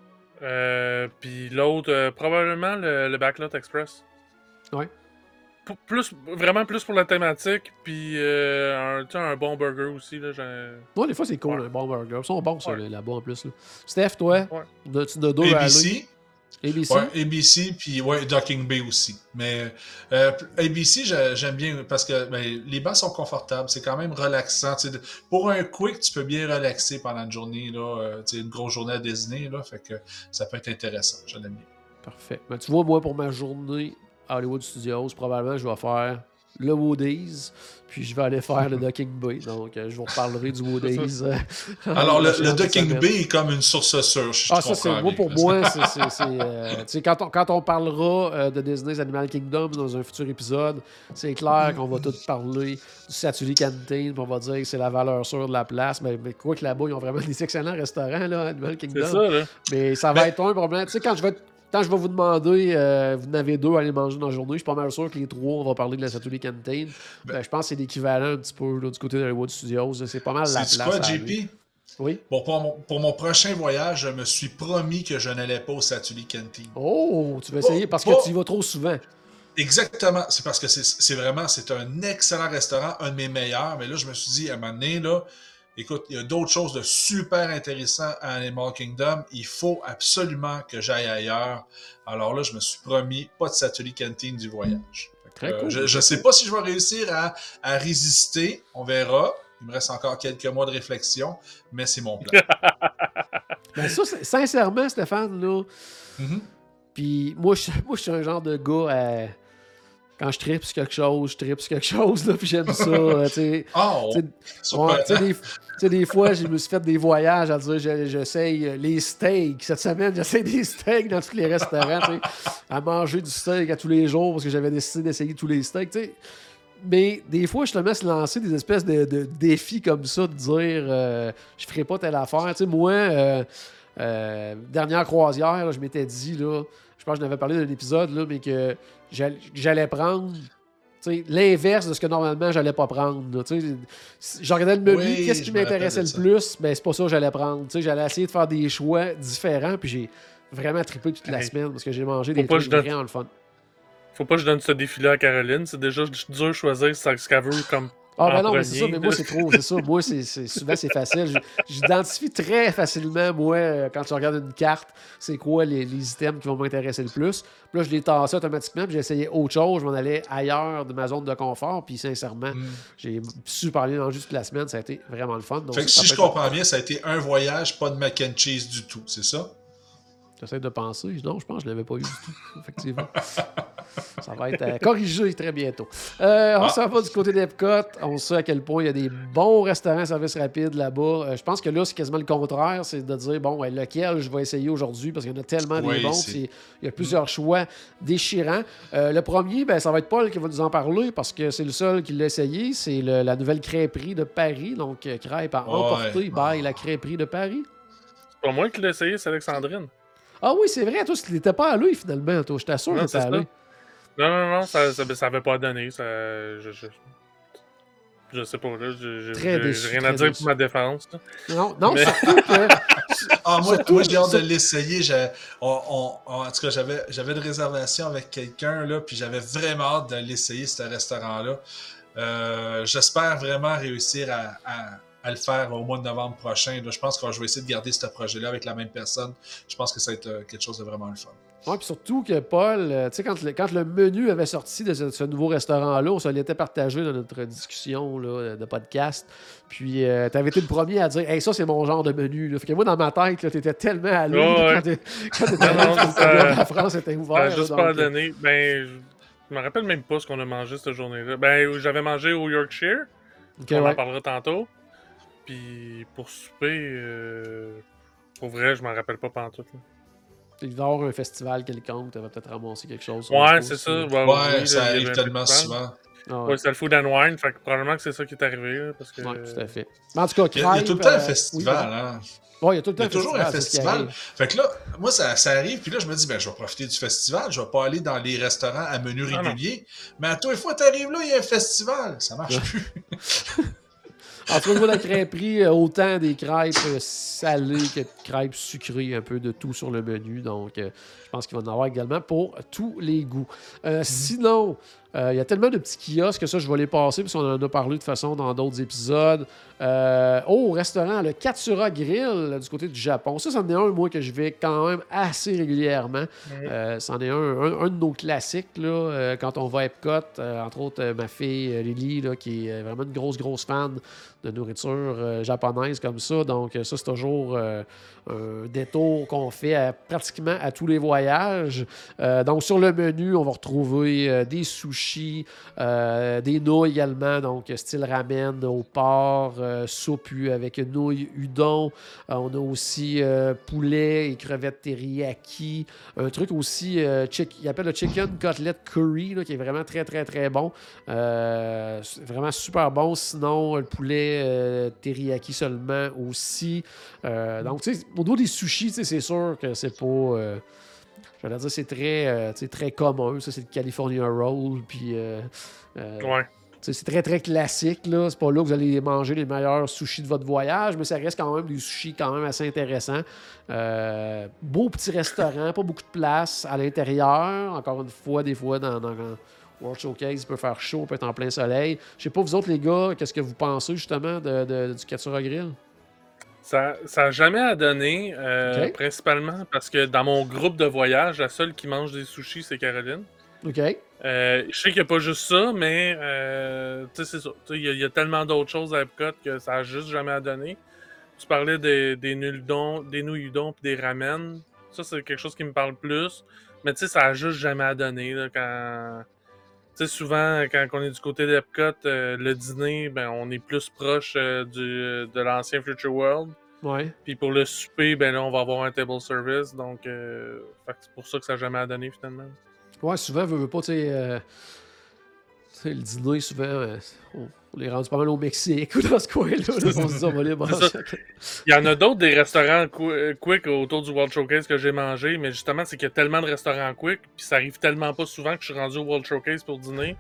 Euh, Puis l'autre, euh, probablement le, le Backlot Express. Ouais. P- plus, vraiment plus pour la thématique, puis euh, un, tu sais, un bon burger aussi. Là, j'ai- Ouais, des fois, c'est cool, Ouais. un bon burger. Ils sont bons, ça, Ouais. là, là-bas, en plus. Là. Steph, toi, Ouais. tu as- tu en as deux à A B aller. C. A B C? Ouais, A B C, puis ouais, Docking Bay aussi. Mais euh, A B C, je- j'aime bien parce que ben, les bancs sont confortables, c'est quand même relaxant. Tu sais, de- pour un quick, tu peux bien relaxer pendant une journée, là, euh, tu sais, une grosse journée à Disney, là, fait que ça peut être intéressant. Je l'aime bien. Parfait. Ben, tu vois, moi, pour ma journée à Hollywood Studios, probablement, je vais faire le Woody's, puis je vais aller faire le Docking Bay. Donc, euh, je vous reparlerai du Woody's. euh, Alors, le, dans le la Docking semaine. Bay est comme une source sûre. Je Ah, te ça, c'est comprends moi, bien, pour là. moi, c'est. c'est- c'est, euh, tu sais, quand, on, quand on parlera euh, de Disney's Animal Kingdom dans un futur épisode, c'est clair qu'on va tout parler du Satuli Canteen, puis on va dire que c'est la valeur sûre de la place. Mais, mais quoi que là-bas, ils ont vraiment des excellents restaurants, là, Animal C'est Kingdom. ça, là. Mais ça va Mais- être un problème. Tu sais, quand je vais. Quand je vais vous demander, euh, vous en avez deux à aller manger dans la journée, je suis pas mal sûr que les trois, on va parler de la Satuli Canteen. Ben, je pense que c'est l'équivalent un petit peu là, du côté de Hollywood Studios. C'est pas mal la place. C'est quoi, à J aller. P? Oui. Bon, pour, mon, pour mon prochain voyage, je me suis promis que je n'allais pas au Satuli Canteen. Oh, tu vas essayer parce que Oh, tu y vas trop souvent. Exactement. C'est parce que c'est c'est vraiment, c'est un excellent restaurant, un de mes meilleurs. Mais là, je me suis dit, à un moment donné, là, écoute, il y a d'autres choses de super intéressant à Animal Kingdom. Il faut absolument que j'aille ailleurs. Alors là, je me suis promis, pas de Satuli Canteen du voyage. Fait que, Très euh, cool. je ne sais pas si je vais réussir à, à résister. On verra. Il me reste encore quelques mois de réflexion, mais c'est mon plan. Ben ça, c'est- sincèrement, Stéphane, là, Mhm. puis moi, je, moi, je suis un genre de gars, euh, quand je tripe sur quelque chose, je tripe sur quelque chose, là, puis j'aime ça, euh, tu sais. Oh, Tu sais, super. ouais, tu sais, des, tu sais, des fois, je me suis fait des voyages à dire, je- j'essaye euh, les steaks. Cette semaine, j'essaye des steaks dans tous les restaurants, tu sais, à manger du steak à tous les jours parce que j'avais décidé d'essayer tous les steaks, tu sais. Mais des fois, justement, se lancer des espèces de, de défis comme ça, de dire euh, je ferai pas telle affaire. Tu sais, moi, euh, euh, dernière croisière, là, je m'étais dit, là, je pense que je n'avais parlé d'un épisode, là, mais que j'allais j'allais prendre tu sais, l'inverse de ce que normalement j'allais pas prendre. Là, tu sais. Je regardais le menu, Oui, qu'est-ce qui je me m'intéressait le rappelle de ça. plus? Ben, c'est pas ça que j'allais prendre. Tu sais, j'allais essayer de faire des choix différents, puis j'ai vraiment trippé toute la Hey. semaine parce que j'ai mangé Faut des pas trucs que je donne- vraiment le fun. Faut pas que je donne ce défi-là à Caroline. C'est déjà dur de choisir ce qu'elle veut comme. Ah ben en non, mais c'est ça, premier, mais moi là. c'est trop, c'est ça. Moi, c'est, c'est- souvent c'est facile. J- J'identifie très facilement, moi, euh, quand tu regardes une carte, c'est quoi les, les items qui vont m'intéresser le plus. Puis là, je les tassais automatiquement, puis j'essayais autre chose, je m'en allais ailleurs de ma zone de confort, puis sincèrement, Mm. j'ai super bien mangé toute la semaine, ça a été vraiment le fun. Donc, Fait que ça si peut je être- comprends bien, ça a été un voyage, pas de mac and cheese du tout, c'est ça? J'essaie de penser. Non, je pense que je ne l'avais pas eu du tout, effectivement. Ça va être euh, corrigé très bientôt. Euh, on Ah. s'en va du côté d'Epcot. On sait à quel point il y a des bons restaurants service rapide là-bas. Euh, je pense que là, c'est quasiment le contraire. C'est de dire, bon, ouais, lequel je vais essayer aujourd'hui parce qu'il y en a tellement Oui, des bons. c'est- puis Il y a plusieurs choix déchirants. Euh, le premier, ben, ça va être Paul qui va nous en parler parce que c'est le seul qui l'a essayé. C'est le- la nouvelle crêperie de Paris. Donc, euh, crêpe à Ouais. emporter by la crêperie de Paris. C'est pas moi qui l'ai essayé, c'est Alexandrine. Ah oui, c'est vrai. Toi, tu n'étais pas allé finalement. Toi, je t'assure Non, que tu c'est ça. allé. Non, non, non, ça, ça, ça avait pas donné. Ça, je, je, je sais pas, là. je- je- Très J'ai déçu, j'ai rien très à dire déçu. pour ma défense. là. Non, non Mais- surtout que. Ah, moi, Surtout- moi j'ai hâte de sur- l'essayer. J'ai- on- on- on- en tout cas, j'avais, j'avais une réservation avec quelqu'un, là, puis j'avais vraiment hâte de l'essayer, ce restaurant-là. Euh, j'espère vraiment réussir à, à- à le faire au mois de novembre prochain. Là, je pense que je vais essayer de garder ce projet-là avec la même personne. Je pense que ça va être euh, quelque chose de vraiment le fun. Oui, puis surtout que Paul, euh, tu sais, quand le, quand le menu avait sorti de ce, ce nouveau restaurant-là, on se l'était partagé dans notre discussion là, de podcast. Puis, euh, tu avais été le premier à dire « Hey, ça, c'est mon genre de menu. » Fait que moi, dans ma tête, tu étais tellement à l'eau oh, quand tu étais allé, la France était ouverte. Juste là, pas donc, donné. Ben, je me rappelle même pas ce qu'on a mangé cette journée-là. Ben, j'avais mangé au Yorkshire. okay, on ouais. en parlera tantôt. Puis, pour souper, euh, pour vrai, je m'en rappelle pas pantoute. Là. Il va y avoir un festival quelconque, tu vas peut-être ramasser quelque chose. Ouais, c'est ça. Ouais, ouais, oui, ça là, arrive tellement souvent. Ah ouais. ouais, c'est le Food and Wine, fait que probablement que c'est ça qui est arrivé. Là, parce que... Ouais, tout à fait. Mais en tout cas, il, y a, il y a tout le temps euh, un festival. Oui, hein. Ouais, il y a tout le temps il y a toujours festival, un festival. Fait que là, moi, ça, ça arrive, puis là, je me dis, ben, je vais profiter du festival, je vais pas aller dans les restaurants à menu régulier. Ah, mais à tous les fois, tu arrives là, il y a un festival. Ça marche plus. En tout cas, niveau de la crêperie, autant des crêpes salées que de crêpes sucrées, un peu de tout sur le menu. Donc, euh, je pense qu'il va en avoir également pour tous les goûts. Euh, mm-hmm. Sinon, il euh, y a tellement de petits kiosques que ça, je vais les passer, parce qu'on en a parlé de façon dans d'autres épisodes. Euh, au restaurant, le Katsura Grill, là, du côté du Japon. Ça, c'en est un, moi, que je vais quand même assez régulièrement. Mm-hmm. Euh, c'en est un, un, un de nos classiques, là, euh, quand on va à Epcot. Euh, entre autres, euh, ma fille, euh, Lily, là, qui est vraiment une grosse, grosse fan de nourriture euh, japonaise comme ça. Donc, ça, c'est toujours euh, un détour qu'on fait à, pratiquement à tous les voyages. Euh, donc, sur le menu, on va retrouver euh, des sushis, euh, des nouilles également, donc style ramen au porc, euh, soupe avec nouilles udon. Euh, on a aussi euh, poulet et crevettes teriyaki. Un truc aussi, euh, chick, il appelle le chicken cutlet curry, là, qui est vraiment très, très, très bon. Euh, vraiment super bon. Sinon, le poulet euh, teriyaki seulement aussi. Euh, donc, tu sais, au niveau des sushis, c'est sûr que c'est pas... Euh, je vais dire, c'est très, euh, très commun. Ça, c'est le California Roll. Puis, euh, euh, ouais. C'est très, très classique. Là. C'est pas là que vous allez manger les meilleurs sushis de votre voyage, mais ça reste quand même des sushis quand même assez intéressants. Euh, beau petit restaurant, pas beaucoup de place à l'intérieur. Encore une fois, des fois, dans... dans World Showcase, il peut faire chaud, il peut être en plein soleil. Je sais pas, vous autres, les gars, qu'est-ce que vous pensez justement de, de, du Katsura Grill? Ça n'a jamais à donner, euh, okay. principalement parce que dans mon groupe de voyage, la seule qui mange des sushis, c'est Caroline. OK. Euh, je sais qu'il n'y a pas juste ça, mais euh, tu sais, c'est ça. Il y, y a tellement d'autres choses à Epcot que ça n'a juste jamais à donner. Tu parlais des, des nouilles-udon, des nouilles-udon puis des ramen. Ça, c'est quelque chose qui me parle plus. Mais tu sais, ça n'a juste jamais à donner là, quand... Tu sais, souvent, quand on est du côté d'Epcot, euh, le dîner, ben, on est plus proche euh, du, de l'ancien Future World. Ouais. Puis pour le souper, ben là, on va avoir un table service. Donc, euh, c'est pour ça que ça n'a jamais à donner, finalement. Ouais, souvent, veut, veut pas, tu sais... Euh, le dîner, souvent, euh, on, on les rendu pas mal au Mexique ou dans ce coin-là. Là, on se dit, on va les manger. Il y en a d'autres des restaurants qu- quick autour du World Showcase que j'ai mangé, mais justement, c'est qu'il y a tellement de restaurants quick, puis ça arrive tellement pas souvent que je suis rendu au World Showcase pour dîner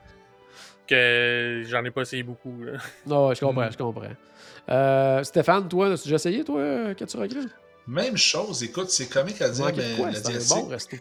que j'en ai pas essayé beaucoup. Là. Non, je comprends, mm. je comprends. Euh, Stéphane, toi, as-tu déjà essayé, toi, Katsura Grill? Même chose, écoute, c'est comique à dire, mais quoi, c'est un bon resto.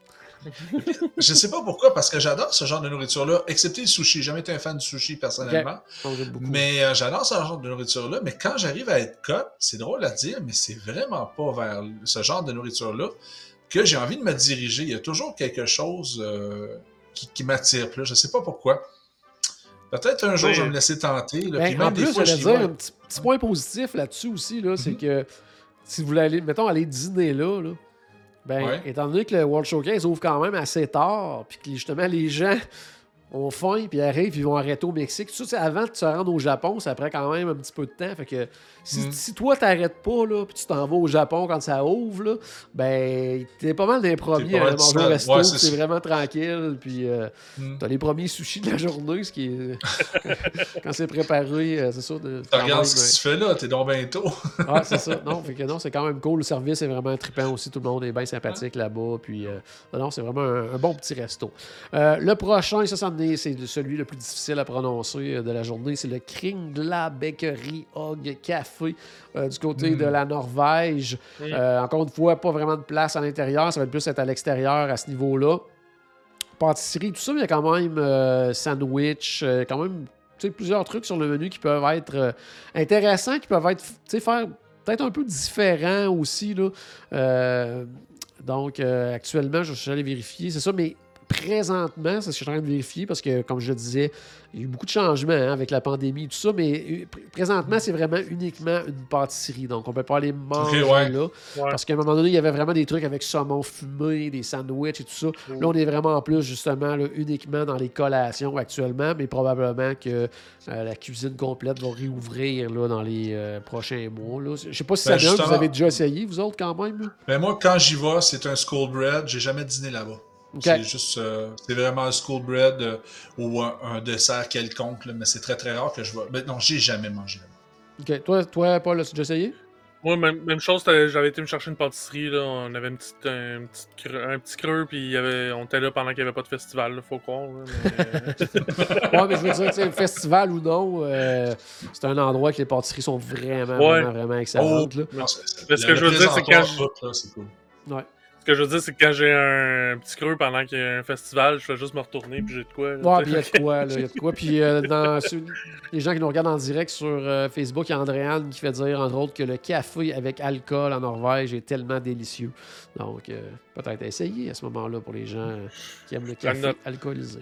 Je sais pas pourquoi, parce que j'adore ce genre de nourriture-là, excepté le sushi. J'ai jamais été un fan du sushi personnellement. Okay. Mais euh, j'adore ce genre de nourriture-là. Mais quand j'arrive à Epcot, c'est drôle à dire, mais c'est vraiment pas vers ce genre de nourriture-là que j'ai envie de me diriger. Il y a toujours quelque chose euh, qui, qui m'attire. Là. Je sais pas pourquoi. Peut-être un jour, oui. je vais me laisser tenter. Là, ben, en plus, j'allais dire, un petit, petit point positif là-dessus aussi, là, mm-hmm. c'est que si vous voulez aller, mettons, aller dîner là, là ben, ouais. étant donné que le World Showcase ouvre quand même assez tard, puis que justement les gens ont faim, puis arrivent, puis ils vont arrêter au Mexique. Tout ça, avant de se rendre au Japon, ça prend quand même un petit peu de temps. Fait que si, mm. si toi, t'arrêtes pas, là, puis tu t'en vas au Japon quand ça ouvre, là, ben, t'es pas mal des premiers à manger au resto, ouais, c'est, c'est vraiment tranquille, puis euh, mm. t'as les premiers sushis de la journée, ce qui est... quand c'est préparé, c'est sûr... De, tu regardes ce que ouais. tu fais là, t'es donc bientôt. Ah, c'est ça. Non, fait que non, c'est quand même cool. Le service est vraiment trippant aussi. Tout le monde est bien sympathique ouais. là-bas, puis euh, non, c'est vraiment un, un bon petit resto. Euh, le prochain, ça, ça c'est celui le plus difficile à prononcer de la journée. C'est le Kringla Bakery Hog Café euh, du côté mm. de la Norvège. Mm. Euh, encore une fois, pas vraiment de place à l'intérieur. Ça va être plus être à l'extérieur à ce niveau-là. Pâtisserie, tout ça, mais il y a quand même euh, sandwich, euh, quand même sais, plusieurs trucs sur le menu qui peuvent être euh, intéressants, qui peuvent être, tu sais, faire peut-être un peu différents aussi, là. Euh, donc, euh, actuellement, je suis allé vérifier, c'est ça, mais présentement, c'est ce que je suis en train de vérifier parce que, comme je le disais, il y a eu beaucoup de changements hein, avec la pandémie et tout ça, mais euh, pr- présentement, c'est vraiment uniquement une pâtisserie. Donc, on ne peut pas aller manger Ok, ouais. là. Ouais. Parce qu'à un moment donné, il y avait vraiment des trucs avec saumon fumé, des sandwichs et tout ça. Mm. Là, on est vraiment en plus, justement, là, uniquement dans les collations actuellement, mais probablement que euh, la cuisine complète va réouvrir là, dans les euh, prochains mois. Là. Je ne sais pas si Ben, ça vient, vous justement- avez déjà essayé, vous autres, quand même. Là? Mais moi, quand j'y vais, c'est un school bread. J'ai jamais dîné là-bas. OK. C'est juste, euh, c'est vraiment un school bread euh, ou un, un dessert quelconque, là, mais c'est très très rare que je vois. Mais non, j'ai jamais mangé là-bas. OK. Toi, toi Paul, as-tu déjà essayé? Moi, même, même chose, c'était- j'avais été me chercher une pâtisserie, là. On avait une petite, un, petite creux- un petit creux, puis il y avait, on était là pendant qu'il n'y avait pas de festival, là, faut croire. Là, mais... Ouais, mais je veux dire, tu sais, festival ou non, euh, c'est un endroit que les pâtisseries sont vraiment, Ouais. vraiment, vraiment excellentes. Là. Non, c'est- c'est- Mais ce le que je veux dire, c'est que quand présentoir, tout, là, c'est cool. Ouais. Ce que je veux dire, c'est que quand j'ai un petit creux pendant qu'il y a un festival, je fais juste me retourner, puis j'ai de quoi. là, Ouais, tu puis il y a sais. de quoi, là, il y a de quoi. Puis euh, dans ceux- les gens qui nous regardent en direct sur euh, Facebook, il y a Andréane qui fait dire, entre autres, que le café avec alcool en Norvège est tellement délicieux. Donc, euh, peut-être essayer à ce moment-là pour les gens euh, qui aiment le café note. alcoolisé.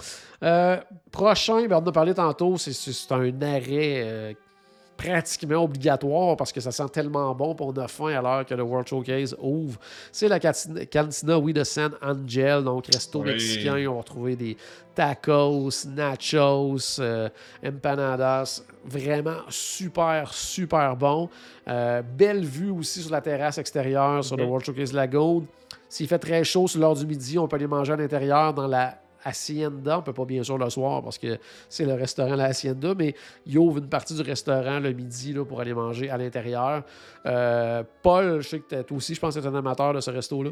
Euh, prochain, ben, on en a parlé tantôt, c'est, c'est, c'est un arrêt euh, pratiquement obligatoire parce que ça sent tellement bon pour on a faim à l'heure que le World Showcase ouvre. C'est la cantina, cantina oui, de San Angel, donc resto Oui. mexicain. On va retrouver des tacos, nachos, euh, empanadas. Vraiment super, super bon. Euh, belle vue aussi sur la terrasse extérieure sur le Mhm. World Showcase Lagoon. S'il fait très chaud sur l'heure du midi, on peut aller manger à l'intérieur dans la Hacienda. On peut pas bien sûr le soir parce que c'est le restaurant La Hacienda, mais il ouvre une partie du restaurant le midi là, pour aller manger à l'intérieur. Euh, Paul, je sais que toi aussi, je pense que tu es un amateur de ce resto-là.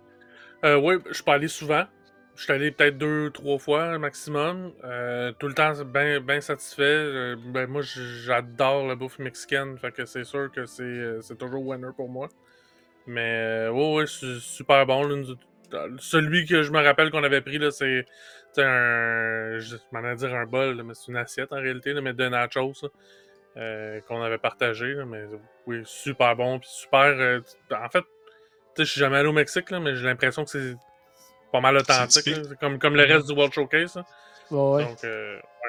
Euh, oui, je suis pas allé souvent. Je suis allé peut-être deux, trois fois maximum. Euh, tout le temps, bien ben satisfait. Euh, ben, moi, j- j'adore la bouffe mexicaine, fait que c'est sûr que c'est, euh, c'est toujours winner pour moi. Mais euh, ouais, ouais, c'est super bon. Là. Nous- Celui que je me rappelle qu'on avait pris, là, c'est c'est un. Je m'en ai dire un bol, là, mais c'est une assiette en réalité, là, mais de nachos là, euh, qu'on avait partagé. Là, mais oui, super bon. Puis super. euh, en fait, tu sais, je suis jamais allé au Mexique, là, mais j'ai l'impression que c'est pas mal authentique. typique. là. C'est comme, comme le reste du World Showcase. là. Ouais, ouais. Donc, euh, ouais.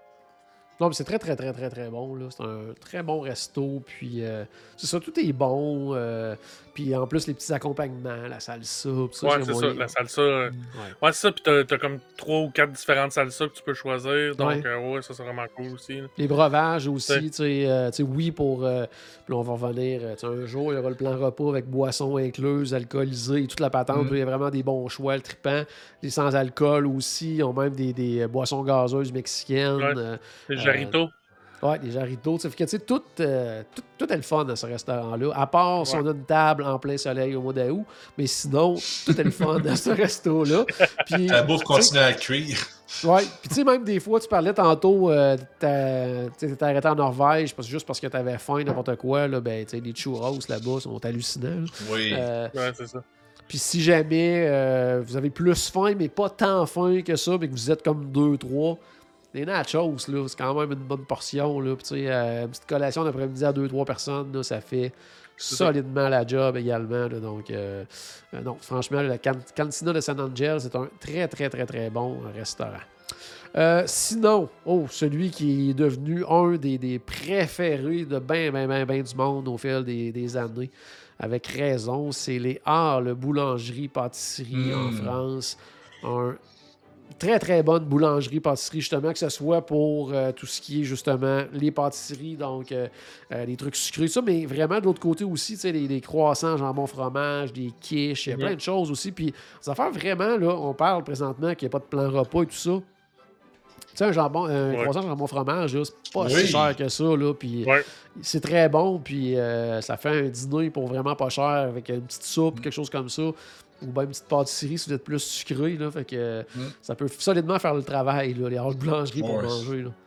Non, mais c'est très, très, très, très, très bon. Là. C'est un très bon resto. Puis, euh, c'est ça, tout est bon. euh, puis, en plus, les petits accompagnements, la salsa. Puis ça, Ouais, j'ai c'est ça, moyen- la salsa. euh, Ouais. Ouais, c'est ça, puis t'as, t'as comme trois ou quatre différentes salsas que tu peux choisir. Donc, Ouais. euh, ouais, ça, c'est vraiment cool aussi. là. Les breuvages aussi, Ouais. tu sais, euh, tu sais, oui, pour. euh, puis là, on va revenir. euh, tu sais, un jour, il y aura le plan repas avec boissons incluses, alcoolisées, toute la patente. Mm. Puis il y a vraiment des bons choix, le trippant. Les sans-alcool aussi. Ils ont même des, des, euh, boissons gazeuses mexicaines. Ouais. euh, Les Euh, Jarritos. Ouais, des jarritos. Tu sais, fait que, tu sais, tout, euh, tout, tout est le fun dans ce restaurant-là. À part si Ouais. on a une table en plein soleil au mois d'août. Mais sinon, tout est le fun dans ce resto-là. Puis, La bouffe tu sais, continue à cuire. ouais, puis tu sais, même des fois, tu parlais tantôt, euh, t'as- tu t'es arrêté en Norvège parce, juste parce que t'avais faim, n'importe quoi, là, ben, tu sais, les churros là-bas sont hallucinants. là. Oui. Euh, Ouais, c'est ça. Puis si jamais euh, vous avez plus faim, mais pas tant faim que ça, mais que vous êtes comme deux, trois, des nachos, là, c'est quand même une bonne portion. Là. Puis tu sais, euh, une petite collation d'après-midi à deux, trois personnes, là, ça fait ça. solidement la job également. Là. Donc, euh, euh, non, franchement, la can- Cantina de San Angel, c'est un très, très, très, très bon restaurant. Euh, sinon, oh, celui qui est devenu un des, des préférés de ben, ben, ben, ben du monde au fil des, des années, avec raison, c'est les Arles Boulangerie-Pâtisserie en Mm. France. Un très, très bonne boulangerie-pâtisserie, justement, que ce soit pour euh, tout ce qui est, justement, les pâtisseries, donc euh, euh, les trucs sucrés, ça, mais vraiment, de l'autre côté aussi, tu sais, les, les croissants, jambon-fromage, des quiches, il y a Mhm. plein de choses aussi. Puis, ça fait vraiment, là, on parle présentement qu'il n'y a pas de plan repas et tout ça. Tu sais, un jambon, un Ouais. croissant jambon-fromage, là, c'est pas Oui. si cher que ça, là, puis Ouais. c'est très bon, puis euh, ça fait un dîner pour vraiment pas cher, avec une petite soupe, quelque chose comme ça, ou bien une petite pâtisserie si vous êtes plus sucré, là, fait que Mm. ça peut solidement faire le travail, là, les hautes boulangeries pour Ouais. manger, là.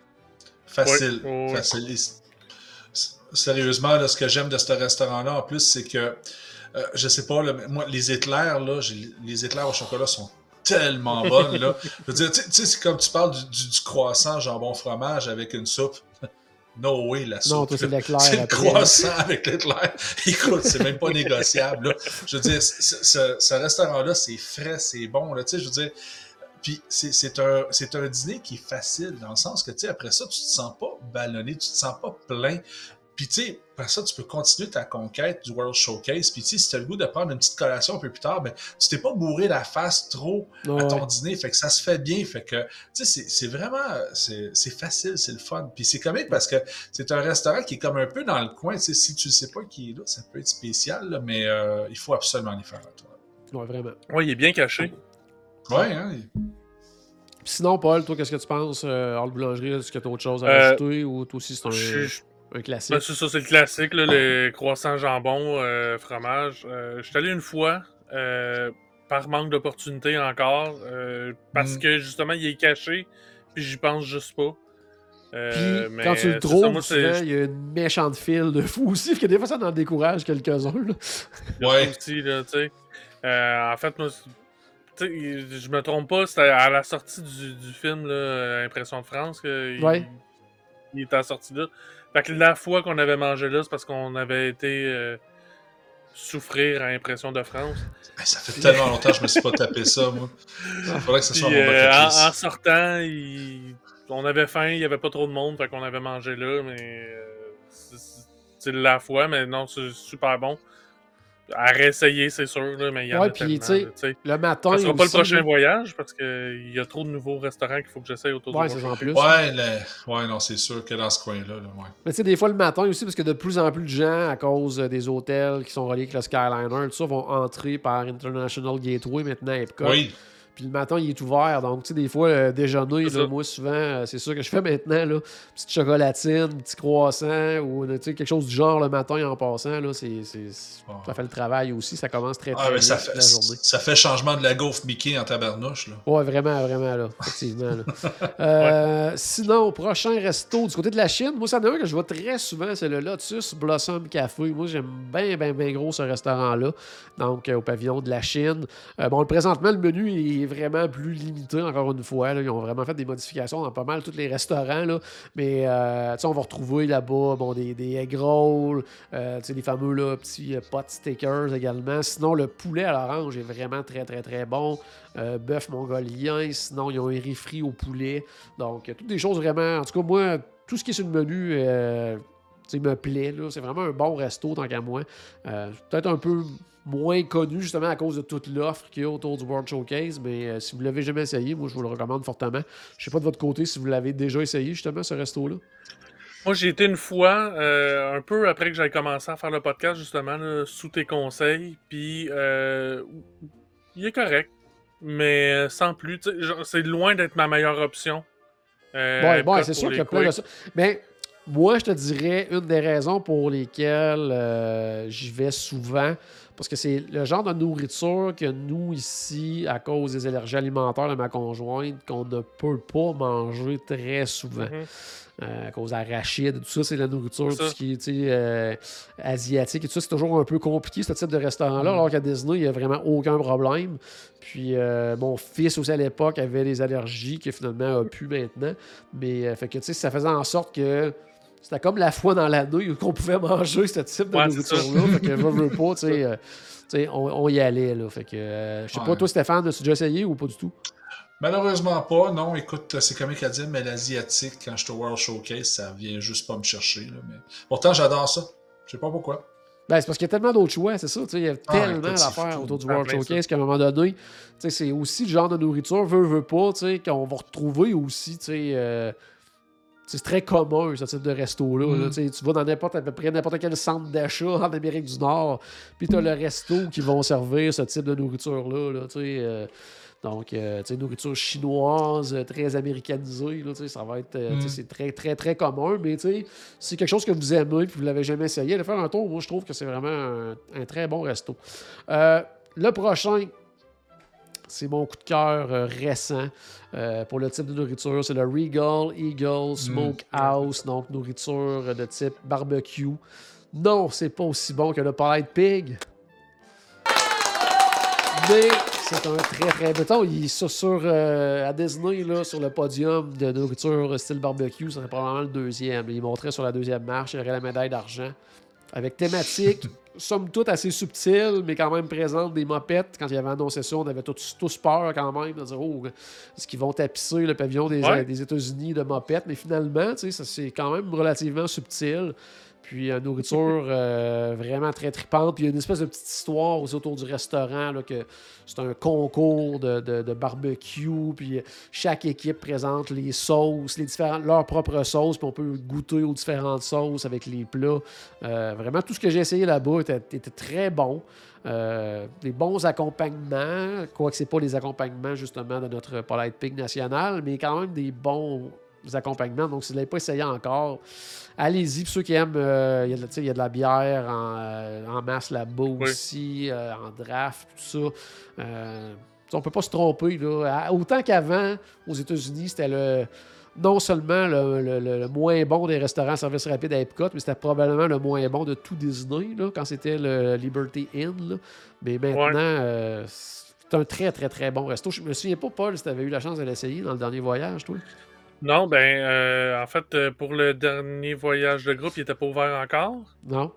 Facile. Ouais, ouais, ouais. Facile. Et s- s- Sérieusement, là, ce que j'aime de ce restaurant-là, en plus, c'est que, euh, je sais pas, là, mais moi, les éclairs, là, j'ai- les éclairs au chocolat sont tellement bonne, là. Je veux dire, tu sais, c'est comme tu parles du, du, du croissant jambon-fromage avec une soupe. No way, la soupe. Non, toi, c'est l'éclair. C'est le après. croissant avec l'éclair. Écoute, c'est même pas négociable, là. Je veux dire, ce, ce, ce restaurant-là, c'est frais, c'est bon, là. Tu sais, je veux dire... Puis c'est, c'est, un, c'est un dîner qui est facile, dans le sens que, tu sais, après ça, tu te sens pas ballonné, tu te sens pas plein. Puis, tu sais, après ça, tu peux continuer ta conquête du World Showcase. Puis, tu sais, si tu as le goût de prendre une petite collation un peu plus tard, ben, tu t'es pas bourré la face trop Ouais. à ton dîner. Fait que ça se fait bien. Fait que, tu sais, c'est, c'est vraiment, c'est, c'est facile, c'est le fun. Puis, c'est comique parce que c'est un restaurant qui est comme un peu dans le coin. Tu sais, si tu sais pas qui est là, ça peut être spécial, là, mais euh, il faut absolument les faire à toi. Ouais, vraiment. Ouais, il est bien caché. Ouais, hein. Puis sinon, Paul, toi, qu'est-ce que tu penses? Euh, hors de boulangerie, est-ce que tu as autre chose à Euh, rajouter ou toi aussi c'est un, Je- je- un classique? Ben, c'est ça, c'est le classique, là, les croissants jambon, euh, fromage. Euh, je suis allé une fois, euh, par manque d'opportunité encore, euh, parce Mm. que justement, il est caché, puis j'y pense juste pas. Euh, Puis mais quand tu le c'est ça, trouves, moi, c'est- souvent, il y a une méchante file de fou aussi, parce que des fois, ça en décourage quelques-uns. Là. Ouais. aussi, là, tu sais. Euh, en fait, moi, c'est- tu sais, je me trompe pas, c'était à la sortie du, du film, là, Impression de France, qu'il Ouais. il était à la sortie là. Fait que la fois qu'on avait mangé là, c'est parce qu'on avait été euh, souffrir à Impression de France. Ben, ça fait tellement longtemps que je me suis pas tapé ça, moi. Il faudrait que ce Puis soit mon euh, bucket en, list. en sortant, il- on avait faim, il y avait pas trop de monde, fait qu'on avait mangé là, mais euh, c'est- c'est la fois, mais non, c'est super bon. À réessayer, c'est sûr, là, mais il y en Ouais, a puis, tellement. tu sais, là, tu sais. Le matin. Ça sera pas le aussi, prochain là. voyage parce qu'il y a trop de nouveaux restaurants qu'il faut que j'essaye autour Ouais, du c'est World en plus. Ouais, le... ouais, non, c'est sûr que dans ce coin-là, là, ouais. Mais tu sais, des fois, le matin aussi, parce que de plus en plus de gens, à cause euh, des hôtels qui sont reliés avec le Skyliner, tout ça, vont entrer par International Gateway, maintenant à Epcot. Oui. Puis le matin, il est ouvert. Donc, tu sais, des fois, euh, déjeuner, C'est là, ça. moi, souvent, euh, c'est ça que je fais maintenant, là. Petite chocolatine, petit croissant, ou tu sais, quelque chose du genre le matin en passant, là. C'est, c'est, c'est- Ah. Ça fait le travail aussi. Ça commence très, très Ah, mais vite ça fait, la journée. ça fait changement de la gaufre Mickey en tabarnouche, là. Ouais, vraiment, vraiment, là. Effectivement, là. Euh, Sinon, prochain resto du côté de la Chine, moi, ça en est un que je vois très souvent, c'est le Lotus Blossom Café. Moi, j'aime bien, bien, bien gros ce restaurant-là. Donc, euh, au pavillon de la Chine. Euh, bon, présentement, le menu est vraiment plus limité, encore une fois. Là. Ils ont vraiment fait des modifications dans pas mal tous les restaurants. Là. Mais, euh, tu sais, on va retrouver là-bas bon, des, des egg rolls, euh, tu sais, les fameux là, petits euh, pot stickers également. Sinon, le poulet à l'orange est vraiment très, très, très bon. Euh, bœuf mongolien. Sinon, ils ont un riz frit au poulet. Donc, euh, toutes des choses vraiment... En tout cas, moi, tout ce qui est sur le menu... Euh, tu sais, me plaît, là. C'est vraiment un bon resto, tant qu'à moi. Euh, peut-être un peu moins connu, justement, à cause de toute l'offre qu'il y a autour du World Showcase, mais euh, si vous l'avez jamais essayé, moi, je vous le recommande fortement. Je sais pas de votre côté si vous l'avez déjà essayé, justement, ce resto-là. Moi, j'ai été une fois, euh, un peu après que j'avais commencé à faire le podcast, justement, là, sous tes conseils, puis euh, il est correct, mais sans plus. Tu sais, genre, c'est loin d'être ma meilleure option. Euh, Ouais, Epcot ouais, c'est pour sûr les qu'il y a plein de quick. ça. Mais moi, je te dirais une des raisons pour lesquelles euh, j'y vais souvent, parce que c'est le genre de nourriture que nous, ici, à cause des allergies alimentaires de ma conjointe, qu'on ne peut pas manger très souvent. Mhm. Euh, à cause d'arachide, tout ça, c'est la nourriture, C'est tout ça. ce qui est tu sais, euh, asiatique et tout ça, c'est toujours un peu compliqué, ce type de restaurant-là, Mm. alors qu'à Disney, il n'y a vraiment aucun problème. Puis euh, mon fils aussi à l'époque avait des allergies que finalement a pu maintenant. Mais euh, fait que tu sais, ça faisait en sorte que c'était comme la fois dans l'année qu'on pouvait manger ce type de Ouais, c'est ça. nourriture-là. Fait que je veux pas, tu sais, euh, tu sais, on, on y allait. Là. Fait que euh, je sais pas, Ouais. toi Stéphane, as-tu déjà essayé ou pas du tout? Malheureusement pas, non. Écoute, c'est comique à dire, mais l'asiatique, quand je suis au World Showcase, ça vient juste pas me chercher. Là, mais... Pourtant, j'adore ça. Je sais pas pourquoi. Ben, c'est parce qu'il y a tellement d'autres choix, c'est ça. tu sais, Il y a Ah, tellement écoute, c'est d'affaires fou. autour du Ah, World plein Showcase qu'à un moment donné, tu sais, c'est aussi le genre de nourriture, veut, veut pas, tu sais, qu'on va retrouver aussi. tu sais, euh, c'est très commun, ce type de resto-là. Mm. là, tu sais, tu vas dans n'importe, à peu près n'importe quel centre d'achat en Amérique du Nord, puis tu as le resto qui vont servir ce type de nourriture-là. Là, tu sais, euh, donc, euh, tu sais, nourriture chinoise, euh, très américanisée, là, tu sais, ça va être, euh, tu sais, Mm. c'est très, très, très commun, mais tu sais, si c'est quelque chose que vous aimez et que vous ne l'avez jamais essayé, allez faire un tour. Moi, je trouve que c'est vraiment un, un très bon resto. Euh, le prochain, c'est mon coup de cœur euh, récent euh, pour le type de nourriture. C'est le Regal Eagle Smokehouse, donc nourriture de type barbecue. Non, c'est pas aussi bon que le Polite Pig. Mais C'est un très, très béton. Il est sur, sur, euh, à Disney, là, sur le podium de nourriture style barbecue, ça serait probablement le deuxième. Il montrait sur la deuxième marche, il y aurait la médaille d'argent. Avec thématique, somme toute assez subtile, mais quand même présente, des mopettes. Quand il avait annoncé ça, on avait tous, tous peur quand même de dire, oh, est-ce qu'ils vont tapisser le pavillon des, Ouais. des États-Unis de mopettes? Mais finalement, tu sais, ça, c'est quand même relativement subtil. Puis euh, nourriture euh, vraiment très tripante. Puis il y a une espèce de petite histoire aussi autour du restaurant, là, que c'est un concours de, de, de barbecue. Puis chaque équipe présente les sauces, les différentes, leurs propres sauces. Puis on peut goûter aux différentes sauces avec les plats. Euh, vraiment, tout ce que j'ai essayé là-bas était, était très bon. Euh, des bons accompagnements, quoique ce n'est pas les accompagnements justement de notre Polite Pig national, mais quand même des bons accompagnements. Donc, si vous ne l'avez pas essayé encore, allez-y. Pour ceux qui aiment, euh, il y a de, il y a de la bière en, euh, en masse là-bas Oui. aussi, euh, en draft, tout ça. Euh, on ne peut pas se tromper. Là. Autant qu'avant, aux États-Unis, c'était le non seulement le, le, le, le moins bon des restaurants service rapide à Epcot, mais c'était probablement le moins bon de tout Disney, là, quand c'était le Liberty Inn. Là. Mais maintenant, Ouais. euh, c'est un très, très, très bon resto. Je me souviens pas, Paul, si tu avais eu la chance de l'essayer dans le dernier voyage, toi. Non, ben, euh, en fait, euh, pour le dernier voyage de groupe, il était pas ouvert encore. Non?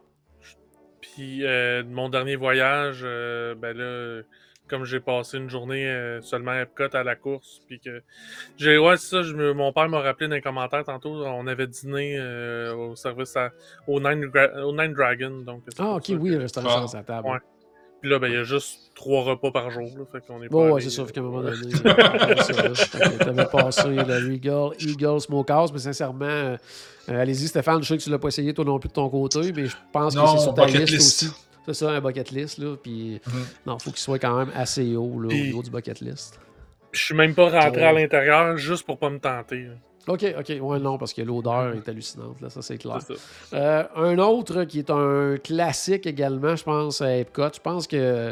Puis, euh, mon dernier voyage, euh, ben là, comme j'ai passé une journée euh, seulement à Epcot à la course, puis que j'ai, ouais, c'est ça, je me- mon père m'a rappelé dans les commentaires tantôt, on avait dîné euh, au service à- au, Nine Gra- au Nine Dragon, donc c'est Ah, pour ok, ça oui, que- le restaurant Ah. sans sa table. Ouais. Puis là, ben, il y a juste trois repas par jour, là, fait qu'on est pas Bon, ouais, allé, c'est ça. euh, Fait qu'à un moment donné, euh, ça, là. Fait que t'avais passé le Regal Eagle Smokehouse, mais sincèrement, euh, euh, allez-y, Stéphane, je sais que tu l'as pas essayé toi non plus de ton côté, mais je pense que Non, c'est sur ta bucket liste, list. aussi. C'est ça, un bucket list, là. Puis, Mhm. non, il faut qu'il soit quand même assez haut, là, au Puis- niveau du bucket list. Je suis même pas rentré Ouais. à l'intérieur juste pour pas me tenter, là. OK, OK. Ouais, non, parce que l'odeur est hallucinante, là. Ça, c'est clair. C'est ça. Euh, un autre qui est un classique également, je pense, à Epcot. Je pense que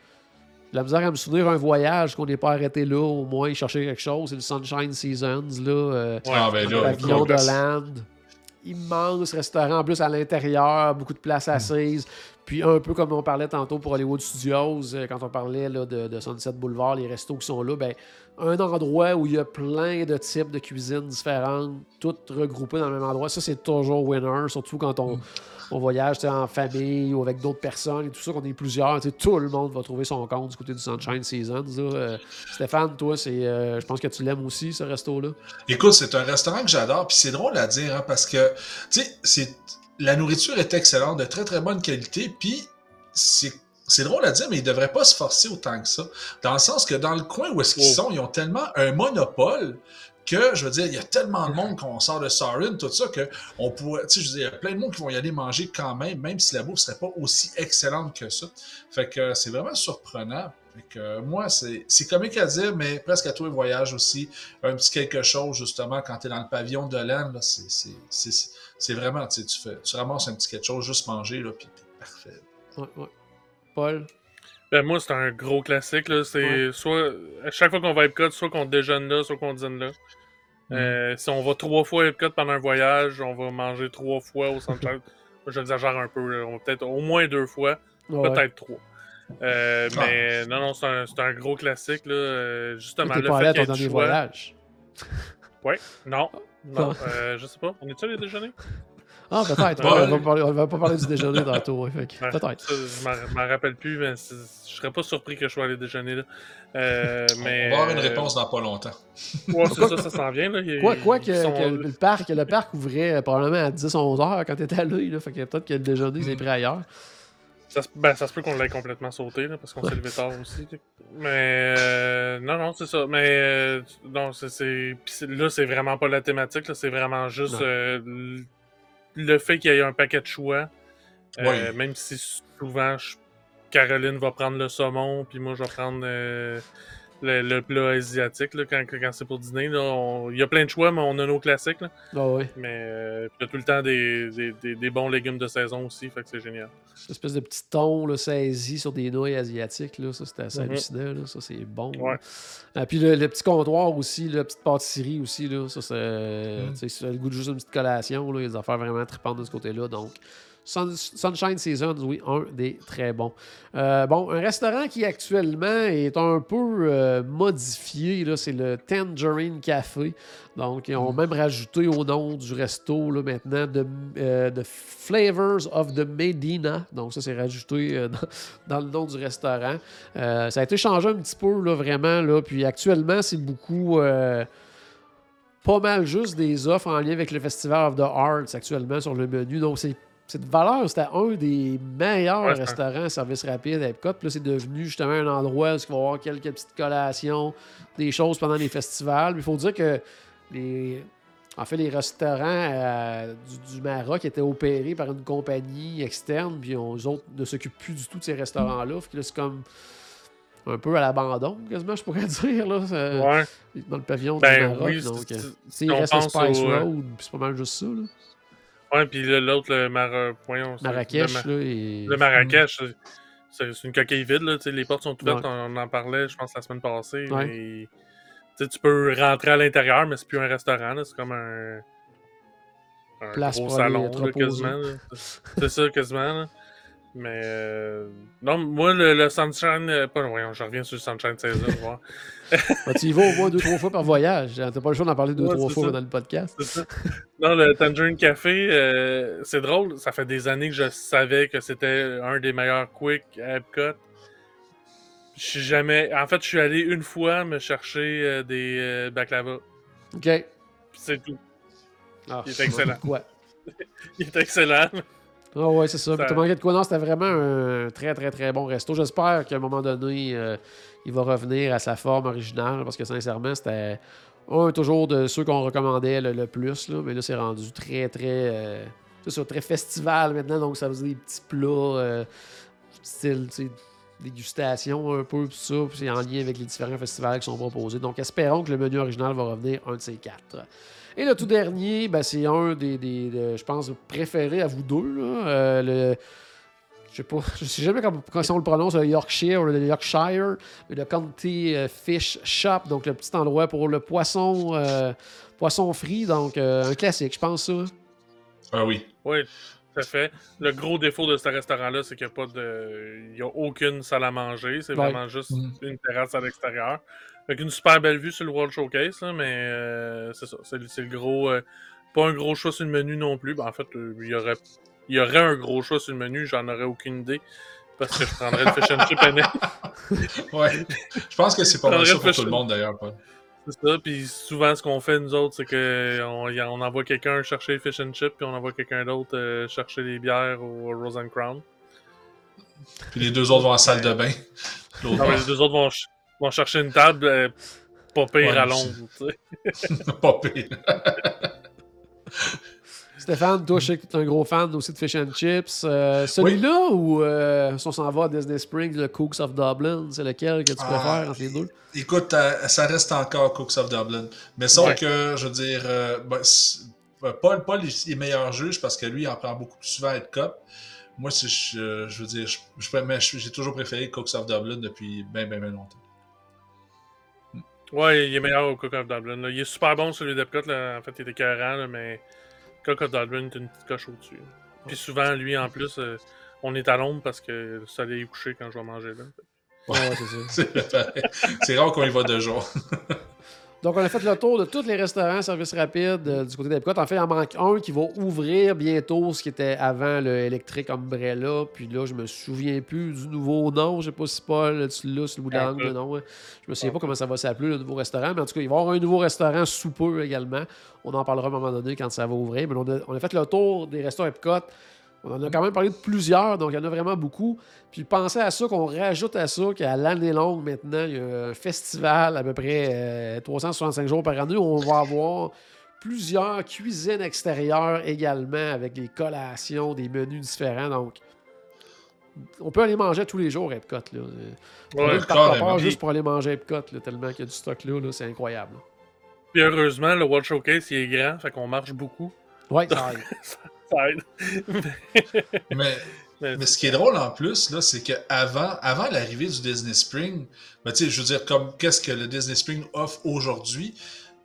la misère à me souvenir un voyage qu'on n'est pas arrêté là, au moins chercher quelque chose, c'est le Sunshine Seasons, là. euh, Ah, ben le là, pavillon de écoute, Land. Immense restaurant, en plus à l'intérieur, beaucoup de places assises. Puis un peu comme on parlait tantôt pour Hollywood Studios, euh, quand on parlait là, de, de Sunset Boulevard, les restos qui sont là, ben, un endroit où il y a plein de types de cuisines différentes, toutes regroupées dans le même endroit. Ça, c'est toujours winner, surtout quand on, on voyage tu sais, en famille ou avec d'autres personnes et tout ça, qu'on est plusieurs. Tu sais, tout le monde va trouver son compte du côté du Sunshine Seasons. Là. Euh, Stéphane, toi, c'est, euh, je pense que tu l'aimes aussi, ce resto-là. Écoute, c'est un restaurant que j'adore, puis c'est drôle à dire, hein, parce que, tu sais, c'est... la nourriture est excellente, de très très bonne qualité, puis c'est... c'est drôle à dire, mais ils ne devraient pas se forcer autant que ça. Dans le sens que dans le coin où est-ce qu'ils Oh. sont, ils ont tellement un monopole que, je veux dire, il y a tellement de monde qu'on sort de Sarin, tout ça, que on pourrait, tu sais, je veux dire, il y a plein de monde qui vont y aller manger quand même, même si la bouffe serait pas aussi excellente que ça. Fait que c'est vraiment surprenant. Fait que euh, moi, c'est, c'est comique à dire, mais presque à tous les voyages aussi, un petit quelque chose, justement, quand tu es dans le pavillon de l'Inde, là, c'est, c'est, c'est, c'est vraiment, tu sais, tu fais, tu ramasses un petit quelque chose, juste manger, là, puis t'es parfait. Ouais, ouais. Paul? Ben, moi, c'est un gros classique, là. C'est Ouais. soit, à chaque fois qu'on va à Epcot, soit qu'on déjeune là, soit qu'on dîne là. Euh, si on va trois fois à Epcot pendant un voyage, on va manger trois fois au Sunshine. J'exagère un peu, là. On va peut-être au moins deux fois, Ouais. peut-être trois. Euh, Ah. mais non, non, c'est un, c'est un gros classique, là. Euh, justement, T'es le pas allé fait à qu'il y ton ait du dernier choix. voyage. Ouais, non. Non, Ah. euh, je sais pas. On est-tu allé déjeuner? Ah, peut-être. Ouais. On va parler- on va pas parler du déjeuner tantôt. Ouais, fait que Ouais, peut-être. ça, je m'en- m'en rappelle plus, mais c'est- je serais pas surpris que je sois allé déjeuner là. Euh, mais, On va avoir une euh, réponse dans pas longtemps. Ouais, c'est ça, ça s'en vient. Là. Ils- Quoi, quoi que, ils sont- que le, parc, le parc ouvrait euh, probablement à dix onze heures quand t'étais allé. Là, fait que peut-être que le déjeuner s'est pris ailleurs. Ça, se- ben, ça se peut qu'on l'ait complètement sauté, là, parce qu'on s'est levé tard aussi. là. Mais euh, non, non, c'est ça. Mais euh, non, c'est, c'est... Puis c'est- là, c'est vraiment pas la thématique. Là, c'est vraiment juste Non. euh, l- le fait qu'il y ait un paquet de choix. Euh, Oui. Même si souvent, je- Caroline va prendre le saumon, puis moi, je vais prendre euh, le, le plat asiatique là, quand, quand c'est pour dîner. là. On- Il y a plein de choix, mais on a nos classiques. Là. Ah ouais. Mais euh, il y a tout le temps des, des, des, des bons légumes de saison aussi, fait que c'est génial. Cette espèce de petit thon là, saisi sur des nouilles asiatiques. Là, ça, c'était assez Mhm. hallucinant. Là. Ça, c'est bon. Ouais. là. Ah, puis le, le petit comptoir aussi, la petite pâtisserie aussi. Là, ça, c'est, Mm. tu sais, si tu as le goût de juste une petite collation. Là, il y a des affaires vraiment tripantes de ce côté-là. Donc, Sun, Sunshine Seasons, oui, un des très bons. Euh, bon, un restaurant qui actuellement est un peu euh, modifié, là, c'est le Tangerine Café. Donc, ils ont même rajouté au nom du resto là, maintenant de, euh, de Flavors of the Medina. Donc, ça, c'est rajouté euh, dans, dans le nom du restaurant. Euh, ça a été changé un petit peu, là, vraiment. Là, puis actuellement, c'est beaucoup... Euh, pas mal juste des offres en lien avec le Festival of the Arts actuellement sur le menu. Donc, c'est cette valeur, c'était un des meilleurs Ouais, restaurants à service rapide à Epcot. Puis là, c'est devenu justement un endroit où il va y avoir quelques petites collations, des choses pendant les festivals. Puis il faut dire que les... en fait, les restaurants euh, du, du Maroc étaient opérés par une compagnie externe, puis on, eux autres ne s'occupent plus du tout de ces restaurants-là. Fait que là, c'est comme un peu à l'abandon, quasiment, je pourrais dire, là, Ouais. dans le pavillon Ben du Maroc. oui, donc, c'est- c'est- c'est, si on il reste le pense Spice au, euh, Road, puis c'est pas mal juste ça. Là. Ouais, puis le- l'autre, le Mar... voyons, c'est- Marrakech, le, Ma- là, et... le Marrakech, c'est c'est une coquille vide, là. Tu sais, les portes sont ouvertes, Ouais. on en parlait, je pense, la semaine passée. Ouais. Et, tu sais, tu peux rentrer à l'intérieur, mais c'est plus un restaurant, là, c'est comme un, un Place gros pour aller salon, te là, reposer. quasiment. Là. C'est ça, quasiment. Là. Mais euh, non, moi, le, le Sunshine... euh, Pas, voyons, je reviens sur le Sunshine Season, voir. Ben, tu y vas au moins deux, trois fois par voyage. T'as pas le choix d'en parler deux, Ouais, trois c'est fois ça. dans le podcast. C'est ça. Non, le Tangerine Café, euh, c'est drôle. Ça fait des années que je savais que c'était un des meilleurs quick à Epcot. Je suis jamais... En fait, je suis allé une fois me chercher euh, des euh, baklava. OK. Puis c'est tout. Ah, Il est excellent. Quoi? Il est excellent. Ah ouais, c'est ça. Ça- T'as manqué de quoi? Non, c'était vraiment un très, très, très bon resto. J'espère qu'à un moment donné, euh, il va revenir à sa forme originale, parce que sincèrement, c'était un toujours de ceux qu'on recommandait le, le plus. Là, mais là, c'est rendu très, très... euh, c'est ça, très festival maintenant. Donc, ça veut dire des petits plats, euh, style, tu sais, dégustation un peu, tout ça. Puis c'est en lien avec les différents festivals qui sont proposés. Donc, espérons que le menu original va revenir un de ces quatre. Et le tout dernier, ben, c'est un des, des, des, je pense, préférés à vous deux. Là. Euh, le, je sais pas, je sais jamais comment, comment on le prononce, le Yorkshire ou le Yorkshire, mais le County Fish Shop, donc le petit endroit pour le poisson, euh, poisson frit, donc euh, un classique, je pense ça. Ah oui. Oui, tout à fait. Le gros défaut de ce restaurant-là, c'est qu'il n'y a pas de... Il y a aucune salle à manger. C'est Ouais. vraiment juste Mm. une terrasse à l'extérieur. Avec une super belle vue sur le World Showcase, là, mais euh, c'est ça. C'est, c'est le gros... euh, pas un gros choix sur le menu non plus. Ben, en fait, euh, il y aurait... il y aurait un gros choix sur le menu, j'en aurais aucune idée. Parce que je prendrais le fish and chip à nez. Ouais. Je pense que c'est pas mal Faudrait ça pour faire tout le ça. monde, d'ailleurs, Paul. C'est ça, puis souvent, ce qu'on fait, nous autres, c'est qu'on on envoie quelqu'un chercher les fish and chips, puis on envoie quelqu'un d'autre euh, chercher les bières au Rose and Crown. Puis les deux autres vont en salle de bain. L'autre Ah ouais, va- les deux autres vont, ch- vont chercher une table euh, pas pire Ouais, à mais Londres, tu sais. pas pire. Stéphane, toi, je sais que tu es un gros fan aussi de Fish and Chips. Euh, celui-là ou euh, si on s'en va à Disney Springs, le Cooks of Dublin, c'est lequel que tu Ah. préfères entre les deux? Écoute, euh, ça reste encore Cooks of Dublin. Mais sauf Ouais. que, je veux dire, euh, ben, c'est- ben, Paul, Paul est les meilleurs juges parce que lui, il en prend beaucoup plus souvent à être cop. Moi, c'est- je, je veux dire, je, je, mais je- j'ai toujours préféré Cooks of Dublin depuis bien, bien, bien longtemps. Ouais, il est meilleur au Cook of Dublin. Là. Il est super bon celui d'Epcot, là. En fait, il est écœurant, là, mais Cook of Dublin est une petite coche au-dessus. Puis souvent, lui, en plus, euh, on est à l'ombre parce que le soleil est couché quand je vais manger là. Ouais, c'est ça. C'est pareil. C'est rare qu'on y va de jour. Donc, on a fait le tour de tous les restaurants service rapide euh, du côté d'Epcot. En fait, il en manque un qui va ouvrir bientôt, ce qui était avant le Electric Umbrella. Puis là, je me souviens plus du nouveau nom. Je sais pas si Paul, tu l'as sur le bout de la langue, le nom. hein. Je me souviens pas comment ça va s'appeler, le nouveau restaurant. Mais en tout cas, il va y avoir un nouveau restaurant sous peu également. On en parlera à un moment donné quand ça va ouvrir. Mais on a, on a fait le tour des restaurants Epcot. On en a quand même parlé de plusieurs, donc il y en a vraiment beaucoup. Puis pensez à ça, qu'on rajoute à ça qu'à l'année longue maintenant, il y a un festival à peu près euh, trois cent soixante-cinq jours par année où on va avoir plusieurs cuisines extérieures également avec des collations, des menus différents. Donc, on peut aller manger tous les jours à Epcot. Là. On Ouais, peut part à part carrément. juste pour aller manger à Epcot, là, tellement qu'il y a du stock là, là, c'est incroyable. Puis heureusement, le World Showcase, il est grand, fait qu'on marche beaucoup. Oui, ça aide. Ça aide. Mais, Mais- mais ce qui est drôle en plus, là, c'est qu'avant avant l'arrivée du Disney Spring, ben, tu sais, je veux dire, comme qu'est-ce que le Disney Spring offre aujourd'hui,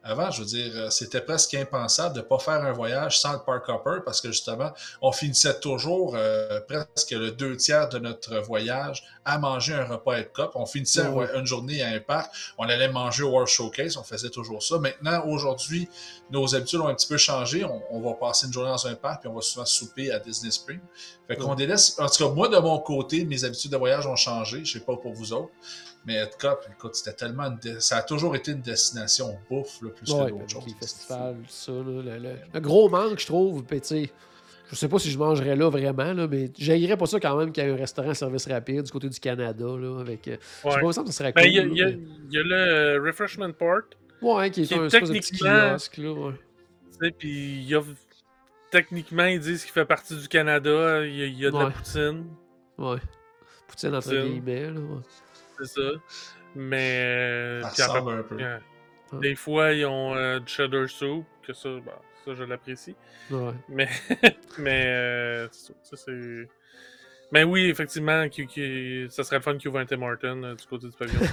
Avant, je veux dire, c'était presque impensable de ne pas faire un voyage sans le Park Hopper parce que justement, on finissait toujours euh, presque le deux tiers de notre voyage à manger un repas Epcot. On finissait Ouais. une journée à un parc, on allait manger au World Showcase, on faisait toujours ça. Maintenant, aujourd'hui, nos habitudes ont un petit peu changé. On, on va passer une journée dans un parc puis on va souvent souper à Disney Springs. Fait qu'on Ouais. délaisse. En tout cas, moi, de mon côté, mes habitudes de voyage ont changé. Je sais pas pour vous autres. Mais Epcot, écoute, c'était tellement une dé... ça a toujours été une destination bouffe, là, plus Ouais, que d'autres choses. les festivals, tout ça, là, le, le, le gros manque, je trouve, puis tu sais, je sais pas si je mangerais là vraiment, là, mais j'haïrais pas ça quand même qu'il y ait un restaurant service rapide du côté du Canada, là, avec... Euh, je sais Ouais. pas, ça me serait Ben, cool. il y, a- là, il y a- mais- il y a le euh, Refreshment Port, Ouais, qui est qui un est espèce de petit techniquement- kiosque, là, ouais. tu sais, puis il y a... Techniquement, ils disent qu'il fait partie du Canada, il y a, il y a de Ouais. la poutine, Ouais. Poutine entre Poutine. guillemets, là, ouais. c'est ça. Mais... euh, Ça puis après- ressemble un peu. euh, des fois, ils ont euh, du cheddar soup, que ça, bon, ça je l'apprécie. Ouais. Mais, mais euh, ça, ça, c'est... Mais oui, effectivement, qui, qui, ça serait le fun qu'il ouvre un Tim Hortons euh, du côté du pavillon.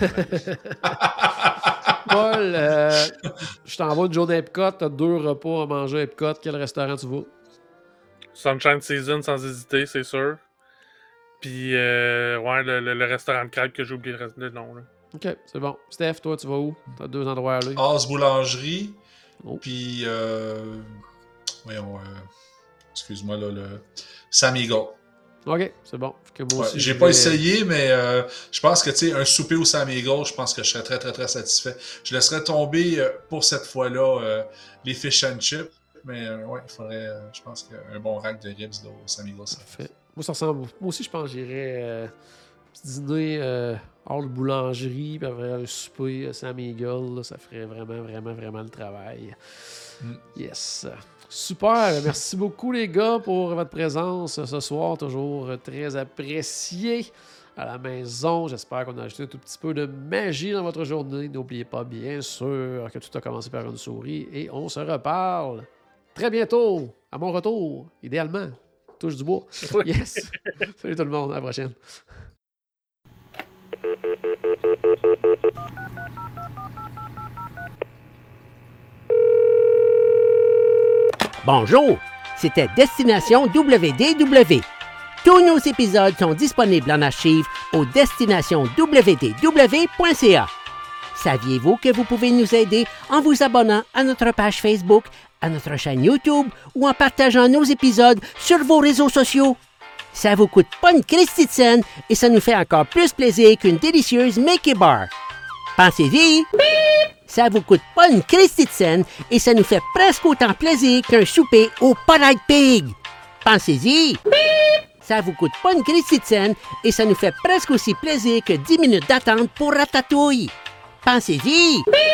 Paul, euh, je t'envoie une journée à Epcot, t'as deux repas à manger à Epcot, quel restaurant tu vas? Sunshine Season, sans hésiter, c'est sûr. Puis, euh, ouais, le, le, le restaurant de crêpes que j'ai oublié le, reste- le nom. Là. Ok, c'est bon. Steph, toi, tu vas où? T'as deux endroits à aller. As Boulangerie, Oh. puis... Euh... Voyons, euh... excuse-moi, là, le... Sam Eagle. Ok, c'est bon. Fait que moi Ouais, aussi, j'ai je pas vais- essayé, mais euh, je pense que, tu sais, un souper au Sam Eagle, je pense que je serais très, très, très satisfait. Je laisserais tomber, euh, pour cette fois-là, euh, les fish and chips, mais euh, ouais, il faudrait, euh, je pense qu'un bon rack de ribs là, au Sam Eagle, ça fait. Parfait. Moi, ça ressemble. Moi aussi, je pense que j'irais euh, petit dîner euh, hors de boulangerie, puis après un souper euh, Sam Eagle, là, ça ferait vraiment, vraiment, vraiment le travail. Mm. Yes. Super. Merci beaucoup, les gars, pour votre présence ce soir. Toujours très apprécié à la maison. J'espère qu'on a ajouté un tout petit peu de magie dans votre journée. N'oubliez pas, bien sûr, que tout a commencé par une souris. Et on se reparle très bientôt, à mon retour, idéalement. Touche du bois. Oui. Yes. Salut tout le monde. À la prochaine. Bonjour, c'était Destination W D W. Tous nos épisodes sont disponibles en archive au destination w d w point c a. Saviez-vous que vous pouvez nous aider en vous abonnant à notre page Facebook, à notre chaîne YouTube ou en partageant nos épisodes sur vos réseaux sociaux? Ça vous coûte pas une Christie de scène et ça nous fait encore plus plaisir qu'une délicieuse Mickey Bar. Pensez-y! Ça vous coûte pas une Christie de scène et ça nous fait presque autant plaisir qu'un souper au Polite Pig. Pensez-y! Ça vous coûte pas une Christie de scène et ça nous fait presque aussi plaisir que dix minutes d'attente pour Ratatouille. Pensez-y!